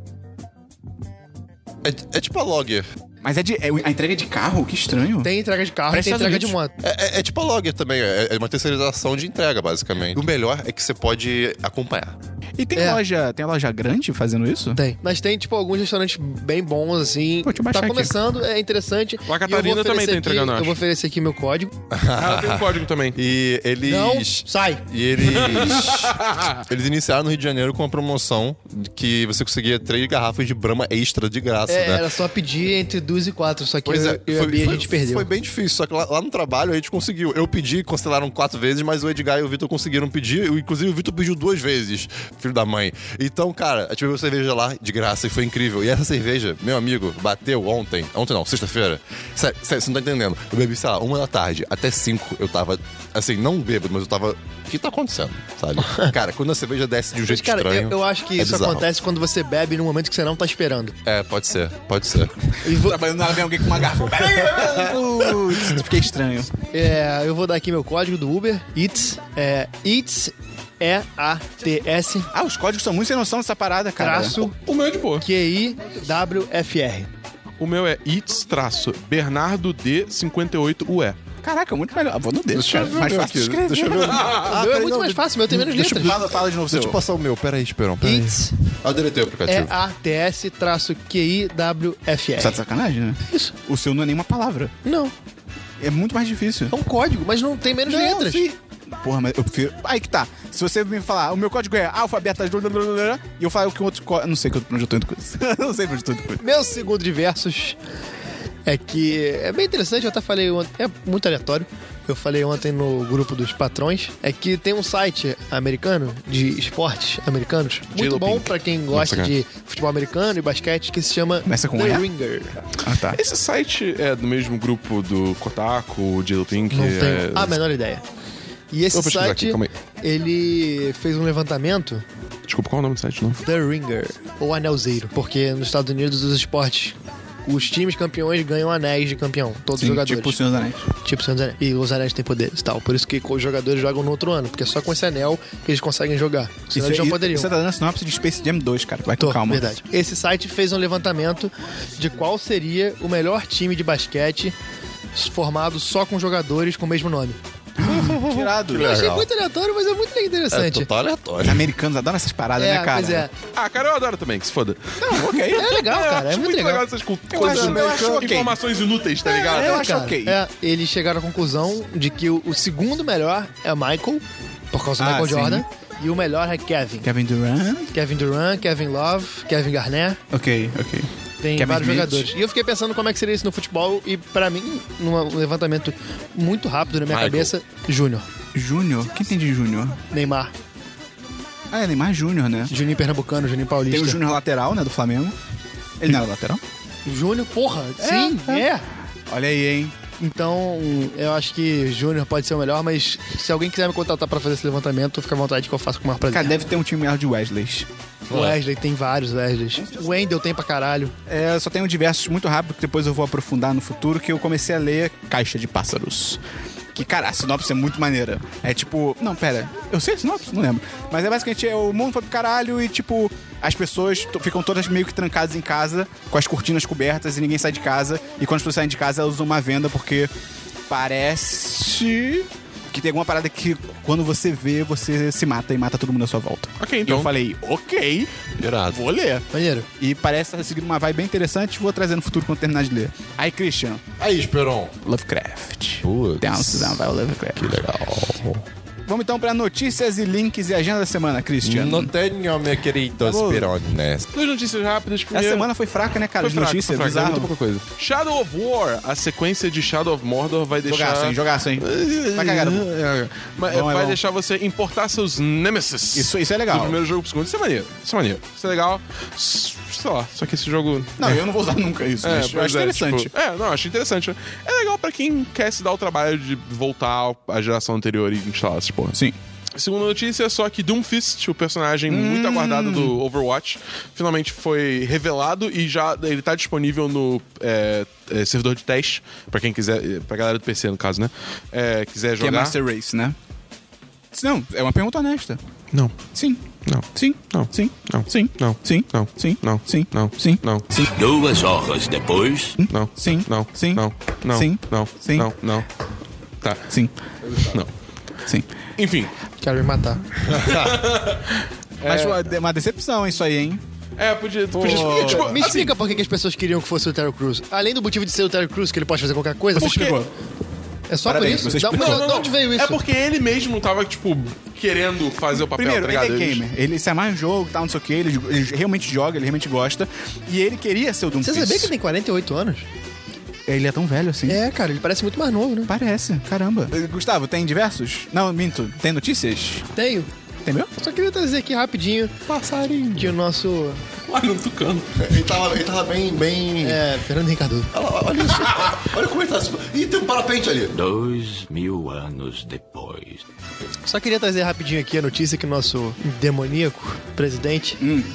É, é tipo a Logger. Mas é de. É, a entrega é de carro? Que estranho. Tem entrega de carro Parece e tem entrega Estados de moto. É, é- é tipo a Logger também. É, é uma terceirização de entrega, basicamente. O melhor é que você pode acompanhar. E tem É. loja. Tem loja grande fazendo isso? Tem. Mas tem, tipo, alguns restaurantes bem bons, assim. Pô, deixa eu baixar Tá aqui. começando, é interessante. Lá E eu Catarina vou também oferecer tá entregando, aqui- acho. Eu vou oferecer aqui meu código. Ah, tem um código também. E eles... Não, sai! E eles... eles iniciaram no Rio de Janeiro com uma promoção que você conseguia três garrafas de Brahma extra de graça, É, né? era só pedir entre duas e quatro, só que Pois eu, é, eu e a foi, Bia a foi- gente perdeu. foi bem difícil, só que lá, lá no trabalho a gente conseguiu. Eu pedi, cancelaram quatro vezes, mas o Edgar e o Vitor conseguiram pedir. Inclusive o Vitor pediu duas vezes, filho da mãe. Então, cara, a gente bebeu cerveja lá de graça e foi incrível. E essa cerveja, meu amigo, bateu ontem. Ontem não, sexta-feira. Sério, sério, você não tá entendendo. Eu bebi, sei lá, uma da tarde, até cinco eu tava, assim, não bêbado, mas eu tava... O que tá acontecendo, sabe? Cara, quando a cerveja desce de um Mas, jeito cara, estranho... eu, eu acho que é isso bizarro. acontece quando você bebe num momento que você não tá esperando. É, pode ser, pode ser. E vou- Trabalhando nada, vem alguém com uma garrafa. Putz, fiquei estranho. é, eu vou dar aqui meu código do Uber, Eats, é Eats E A T S Ah, os códigos são muito sem noção dessa parada, cara. traço O meu é de boa. Q I W F R. O meu é its traço Bernardo D cinquenta e oito U E. Caraca, muito melhor. Ah, vou no dedo, Deixa cara. eu ver Mais o meu fácil de aqui. escrever. Deixa eu ver. o meu é peraí, muito não, mais de- fácil, o meu tem menos deixa eu- letras. Fala, fala de novo, Deixa eu seu. te passar o meu. Pera aí, Esperão. Pera aí. It's Ah, eu deletei o E aplicativo. A T S traço Q I W F Você tá de R. sacanagem, né? Isso. O seu não é nenhuma palavra. Não, É muito mais difícil. é um código, mas não tem menos Não, letras. sim. Porra, mas eu prefiro... Aí que tá. Se você me falar, o meu código é alfabeto, e eu falo que o outro código... Não sei que eu- pra onde eu tô indo com isso. Não sei pra onde eu tô indo com isso. Meu segundo de versos é que é bem interessante, eu até falei ontem, é muito aleatório. Eu falei ontem no grupo dos patrões, é que tem um site americano de esportes americanos, muito J-Lo bom Pink. pra quem gosta Nossa, de futebol americano e basquete, que se chama Começa com The E? Ringer. Ah, tá. Esse site é do mesmo grupo do Kotaku, o J-Lo Pink. Não é... tenho a menor ideia. E esse Vou pesquisar site, aqui, calma ele fez um levantamento, Desculpa, qual é o nome do site novo? The Ringer, ou Anelzeiro, porque nos Estados Unidos os esportes, os times campeões ganham anéis de campeão, todos Sim, os jogadores. tipo o Senhor dos Anéis. Tipo, Senhor dos Anéis. E os anéis têm poderes e tal. Por isso que os jogadores jogam no outro ano. Porque é só com esse anel que eles conseguem jogar. Senão eles não poderiam. Você tá dando a sinopse de Space Jam dois, cara. Vai com Tô, calma. verdade. Esse site fez um levantamento de qual seria o melhor time de basquete formado só com jogadores com o mesmo nome. Que irado. Eu achei Legal. muito aleatório, mas é muito É interessante. total Os aleatório. americanos adoram essas paradas, né, cara? pois é. Ah, cara, eu adoro também, que se foda. Não, ok. É legal, cara. É acho muito legal. essas cu- Eu coisas, acho- eu acho ok. informações inúteis, tá ligado? eu acho cara. ok. É, eles chegaram à conclusão de que o, o segundo melhor é o Michael, por causa do Ah, Michael sim. Jordan. E o melhor é Kevin. Kevin Durant. Kevin Durant, Kevin Love, Kevin Garnett. Ok, ok. Tem Kevin vários Smith. jogadores. E eu fiquei pensando como é que seria isso no futebol. E pra mim, num levantamento muito rápido na minha Michael. cabeça, Júnior. Júnior? Quem tem de Júnior? Neymar. Ah, é Neymar Júnior, né? Juninho Pernambucano, Juninho Paulista. Tem o Júnior lateral, né, do Flamengo. Ele não era lateral? Júnior, porra, sim, é. Olha aí, hein? Então, eu acho que Júnior pode ser o melhor, mas se alguém quiser me contratar pra fazer esse levantamento, fica à vontade que eu faço com o maior prazer. Cara, deve ter um time melhor de Wesleys. O Wesley, tem vários Wesleys. O Wendel tem pra caralho. É, eu só tenho diversos muito rápido, que depois eu vou aprofundar no futuro, que eu comecei a ler Caixa de Pássaros. Que, cara, a sinopse é muito maneira. É tipo... Não, pera. Eu sei a sinopse? Não lembro. Mas é basicamente, é, o mundo foi pro caralho e, tipo... As pessoas t- ficam todas meio que trancadas em casa, com as cortinas cobertas e ninguém sai de casa. E quando as pessoas saem de casa, elas usam uma venda porque parece... que tem alguma parada que quando você vê, você se mata e mata todo mundo à sua volta. Ok, E então. eu falei, ok, Irado. vou ler. Maneiro. E parece estar seguindo uma vibe bem interessante, vou trazer no futuro quando terminar de ler. Aí, Christian, Aí, Esperon. Lovecraft. Putz. Tem uma vai o Lovecraft. Que legal. Vamos então para notícias e links e agenda da semana, Christian. Não tenho, meu querido Esperon, né? Duas notícias rápidas. Essa Primeiro, semana foi fraca, né, cara? foi de fraco, notícias, foi fraco, é bizarro. muito pouca coisa. Shadow of War, a sequência de Shadow of Mordor vai deixar... Jogaço, hein? Jogaço, hein? Vai cagar. Mas Bom, é vai bom. deixar você importar seus Nemesis. Isso, isso é legal. Do primeiro jogo pro segundo. Isso é maneiro. Isso é maneiro. Isso é legal. S- Sei lá, só que esse jogo... Não, eu não vou usar nunca isso, mas eu pois acho é, interessante. tipo, é, não, acho interessante. É legal pra quem quer se dar o trabalho de voltar à geração anterior e instalar essas porra. Sim. Segunda notícia é só que Doomfist, o personagem Hum. muito aguardado do Overwatch, finalmente foi revelado e já ele tá disponível no é, é, servidor de teste, pra quem quiser, pra galera do P C no caso, né? É, quiser Que é jogar. Master Race, né? Não, é uma pergunta honesta. Não, Sim. não, Sim. Não. Sim. não, Sim. não, Sim. não, Sim. não, Sim. não, Sim. não, Sim. Duas horas depois. não, Sim. não, Sim. não, não, Sim. não, Sim. não, não. Tá, Sim. não. Sim. Enfim, Quero me matar. Mas é uma decepção isso aí, hein? é, podia, podia tipo, Me assim, explica por que que as pessoas queriam que fosse o Terry Crews. Além do motivo de ser o Terry Crews, que ele pode fazer qualquer coisa. Você por quê? explicou. É só Parabéns, por você isso? Da, explicou. mas de onde veio isso? É porque ele mesmo tava, tipo, querendo fazer o papel, Primeiro, tá ele ligado? é Eles- gamer. Ele se amarra em jogo, tal, não sei o que. Ele, ele realmente joga, ele realmente gosta. E ele queria ser o Você Doomfist. sabia que ele tem quarenta e oito anos? Ele é tão velho assim? É, cara, ele parece muito mais novo, né? Parece, caramba. Gustavo, tem diversos? Não, minto. Tem notícias? Tenho. Tem meu? Só queria trazer aqui rapidinho Passarinho. que o nosso... Olha, um tucano. Ele tava, ele tava bem, bem... É, Fernando Ricardo. Olha, olha isso. Olha como ele tá... Ih, tem um parapente ali. Dois mil anos depois. Só queria trazer rapidinho aqui a notícia que o nosso demoníaco presidente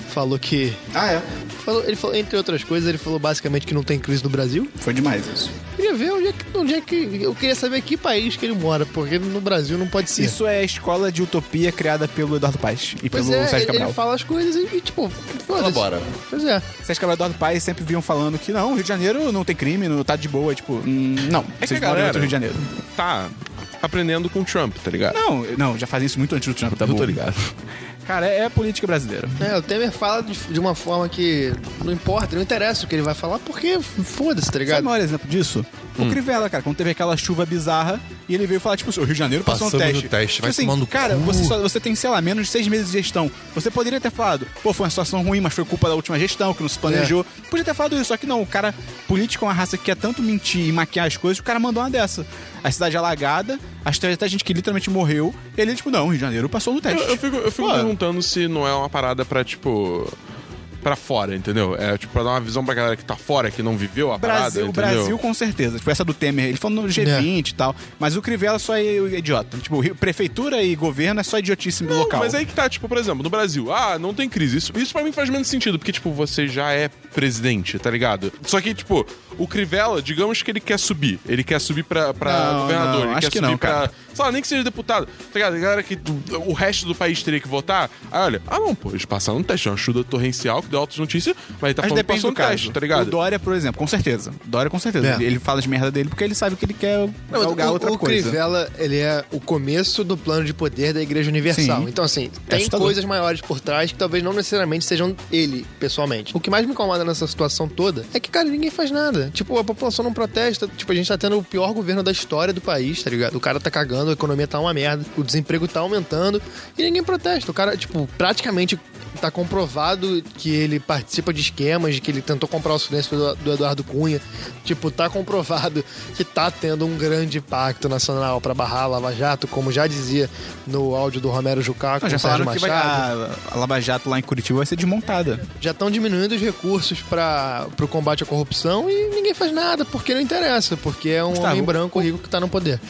falou que... Ah, é? Falou, ele falou, entre outras coisas, ele falou basicamente que não tem crise no Brasil. Foi demais isso. Queria ver onde é que, onde é que... Eu queria saber que país que ele mora, porque no Brasil não pode ser. Isso é a escola de utopia criada pelo Eduardo Paes e Pois pelo é, Sérgio ele, Cabral. ele fala as coisas e, e tipo... Colabora. Pois é. Sérgio Cabral e Eduardo Paes sempre vinham falando que não, Rio de Janeiro não tem crime, não tá de boa. Tipo, hum, não. É que Vocês a moram em galera outro Rio de Janeiro. tá aprendendo com o Trump, tá ligado? Não, não, já fazem isso muito antes do Trump, tá Eu bom? tô ligado. Cara, é, é a política brasileira. É, o Temer fala de, de uma forma que não importa, não interessa o que ele vai falar, porque foda-se, tá Sabe ligado? o maior exemplo disso? O Crivella, cara, quando teve aquela chuva bizarra e ele veio falar, tipo, o Rio de Janeiro passou Passando no no teste. teste, Tipo vai assim, tomar no cara, cu. você, só- você tem, sei lá, menos de seis meses de gestão. Você poderia ter falado, pô, foi uma situação ruim, mas foi culpa da última gestão, que não se planejou. Podia ter falado isso, só que não, o cara, político é uma raça que quer tanto mentir e maquiar as coisas, o cara mandou uma dessa. A cidade alagada, acho que teve até gente que literalmente morreu, e ele, tipo, não, o Rio de Janeiro passou no teste. Eu, eu fico, eu fico Pô. perguntando se não é uma parada pra, tipo... pra fora, entendeu? É, tipo, pra dar uma visão pra galera que tá fora, que não viveu a parada, Brasil, entendeu? Brasil, com certeza. Tipo, essa do Temer, ele falou no G vinte e tal. Mas o Crivella só é idiota. Tipo, Rio- prefeitura e governo é só idiotice Não, local. mas aí que tá, tipo, por exemplo, no Brasil, ah, não tem crise. Isso, isso pra mim faz menos sentido, porque, tipo, você já é presidente, tá ligado? Só que, tipo, o Crivella, digamos que ele quer subir. Ele quer subir pra, pra Não, governador, não, ele acho quer que subir não, pra. cara. Sei lá, nem que seja deputado. Tá ligado? A galera que o resto do país teria que votar. Aí olha, ah não, pô, eles passaram no teste, é uma chuva torrencial que deu altas notícias, mas ele tá Mas falando que depende passou do no caso. teste, tá ligado? O Dória, por exemplo, com certeza. Dória, com certeza. É. Ele, ele fala de merda dele porque ele sabe que ele quer Não, galgar o, outra o coisa. Crivella, ele é o começo do plano de poder da Igreja Universal. Sim. Então, assim, É tem assustador. coisas maiores por trás que talvez não necessariamente sejam ele, pessoalmente. O que mais me incomoda nessa situação toda é que, cara, ninguém faz nada. Tipo, a população não protesta. Tipo, a gente tá tendo o pior governo da história do país, tá ligado? O cara tá cagando, a economia tá uma merda, o desemprego tá aumentando e ninguém protesta. O cara, tipo, praticamente tá comprovado que ele participa de esquemas, de que ele tentou comprar o silêncio do, do Eduardo Cunha. Tipo, tá comprovado que tá tendo um grande pacto nacional pra barrar a Lava Jato, como já dizia no áudio do Romero Jucá com Não, já o Sérgio falaram que vai, Machado. a, a Lava Jato lá em Curitiba vai ser desmontada. Já estão diminuindo os recursos para o combate à corrupção e ninguém faz nada, porque não interessa, porque é um Gustavo, homem branco rico que tá no poder.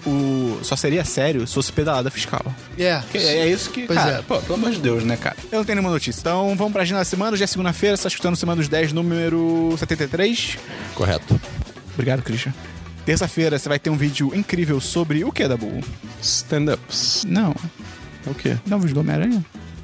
O, só seria sério se fosse pedalada fiscal. É. Que é isso que, Pois cara, é. pô, pelo amor de Deus, né, cara? Eu não tenho nenhuma notícia. Então, vamos pra agenda da semana. Hoje é segunda-feira, você tá escutando Semana dos dez, número setenta e três. Correto. Obrigado, Christian. Terça-feira, você vai ter um vídeo incrível sobre o que, Dabu? Stand-ups. Não. É o quê? Não, o vídeo do Homem-Aranha?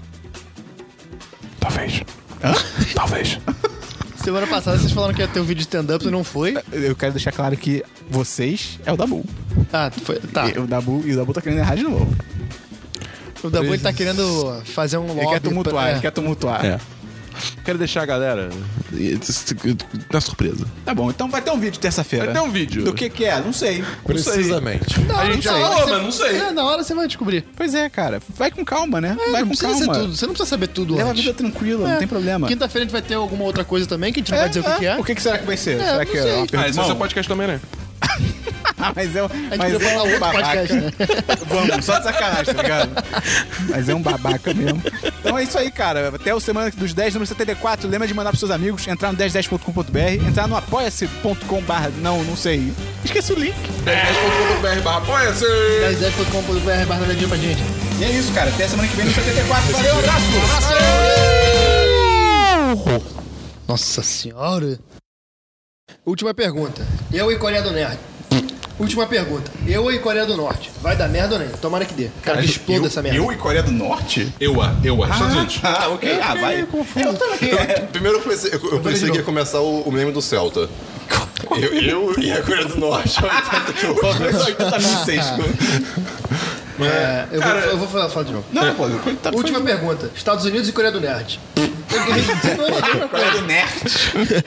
Talvez. Hã? Talvez. Semana passada vocês falaram que ia ter um vídeo de stand-up e não foi. Eu quero deixar claro que vocês é o Dabu. Ah, foi. Tá. E o Dabu, e o Dabu tá querendo errar de novo. O Dabu ele tá querendo fazer um lobby. Ele quer tumultuar, pra- ele quer tumultuar. É. Quero deixar a galera na surpresa. Tá bom, então vai ter um vídeo terça-feira. Vai ter um vídeo. Do que que é? Não sei. Precisamente. Não, A gente já na hora falou, você- mas não sei. É, na hora você vai descobrir. Pois é, cara. Vai com calma, né? É, vai não com precisa calma. ser tudo. Você não precisa saber tudo Leva a antes. vida tranquila, É. não tem problema. Quinta-feira a gente vai ter alguma outra coisa também, que a gente não vai dizer o que, que é. O que, que será que vai ser? É, será não que é sei. uma Ah, pergunta? esse é o seu podcast também, né? mas é, um- A gente mas podia é falar um outro babaca. podcast, né? Vamos, só de sacanagem, tá ligado? Mas é um babaca mesmo. Então é isso aí, cara. Até o Semana dos dez, número setenta e quatro. Lembra de mandar pros seus amigos, entrar no dez dez ponto com ponto b r, entrar no apoia-se ponto com barra... Não, não sei. Esqueci o link. dez dez ponto com ponto b r barra apoia-se! dez dez ponto com ponto b r barra nadinha pra gente. E é isso, cara. Até semana que vem no setenta e quatro. Valeu, abraço! Nossa senhora. Última pergunta. Eu e Coreia do Norte. Última pergunta. Eu e Coreia do Norte. Vai dar merda ou não? Tomara que dê. Quero que exploda eu, essa merda. Eu e Coreia do Norte? Eu, a, eu, a, Estados Unidos. Ah, ok. Ah, vai. Eu Primeiro eu pensei, eu, eu pensei que ia começar o, o meme do Celta. Eu, eu e a Coreia do Norte. oitenta quilômetros. oitenta mísseis. É, eu, Cara, vou, eu vou falar, falar de novo. Não, pô. Tá, Última pergunta. Estados Unidos e Coreia do Norte. Coreia do Nerd.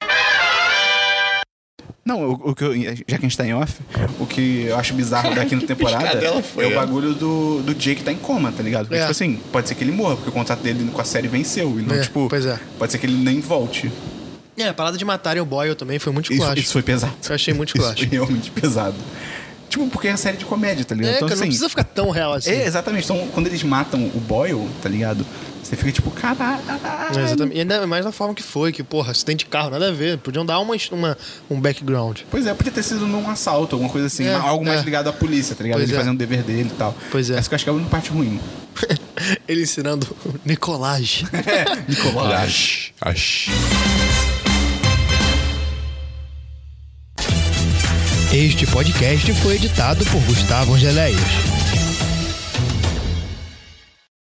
Não, o, o que eu, já que a gente tá em off, o que eu acho bizarro da quinta temporada Piscadela foi, é o é. bagulho do, do Jake tá em coma, tá ligado? Porque, É. tipo assim, pode ser que ele morra, porque o contrato dele com a série venceu. Então, É, tipo, pois é. pode ser que ele nem volte. É, a parada de matarem o Boyle também foi muito Isso, esculacho. isso foi pesado. Eu achei muito Isso esculacho. foi realmente pesado. Tipo, porque é série de comédia, tá ligado? É, então, cara, assim, não precisa ficar tão real assim. É, exatamente. Então, quando eles matam o Boyle, tá ligado? Você fica tipo, caralho. É, exatamente. E ainda mais da forma que foi, que, porra, acidente de carro, nada a ver. Podiam dar uma, uma, um background. Pois é, podia ter sido num assalto, alguma coisa assim, É, algo mais é. ligado à polícia, tá ligado? Pois Ele é. fazendo o dever dele e tal. Pois é. Essa que eu acho que é a única parte ruim. Ele ensinando Nicolage. Nicolás. Ash. Este podcast foi editado por Gustavo Angeléias.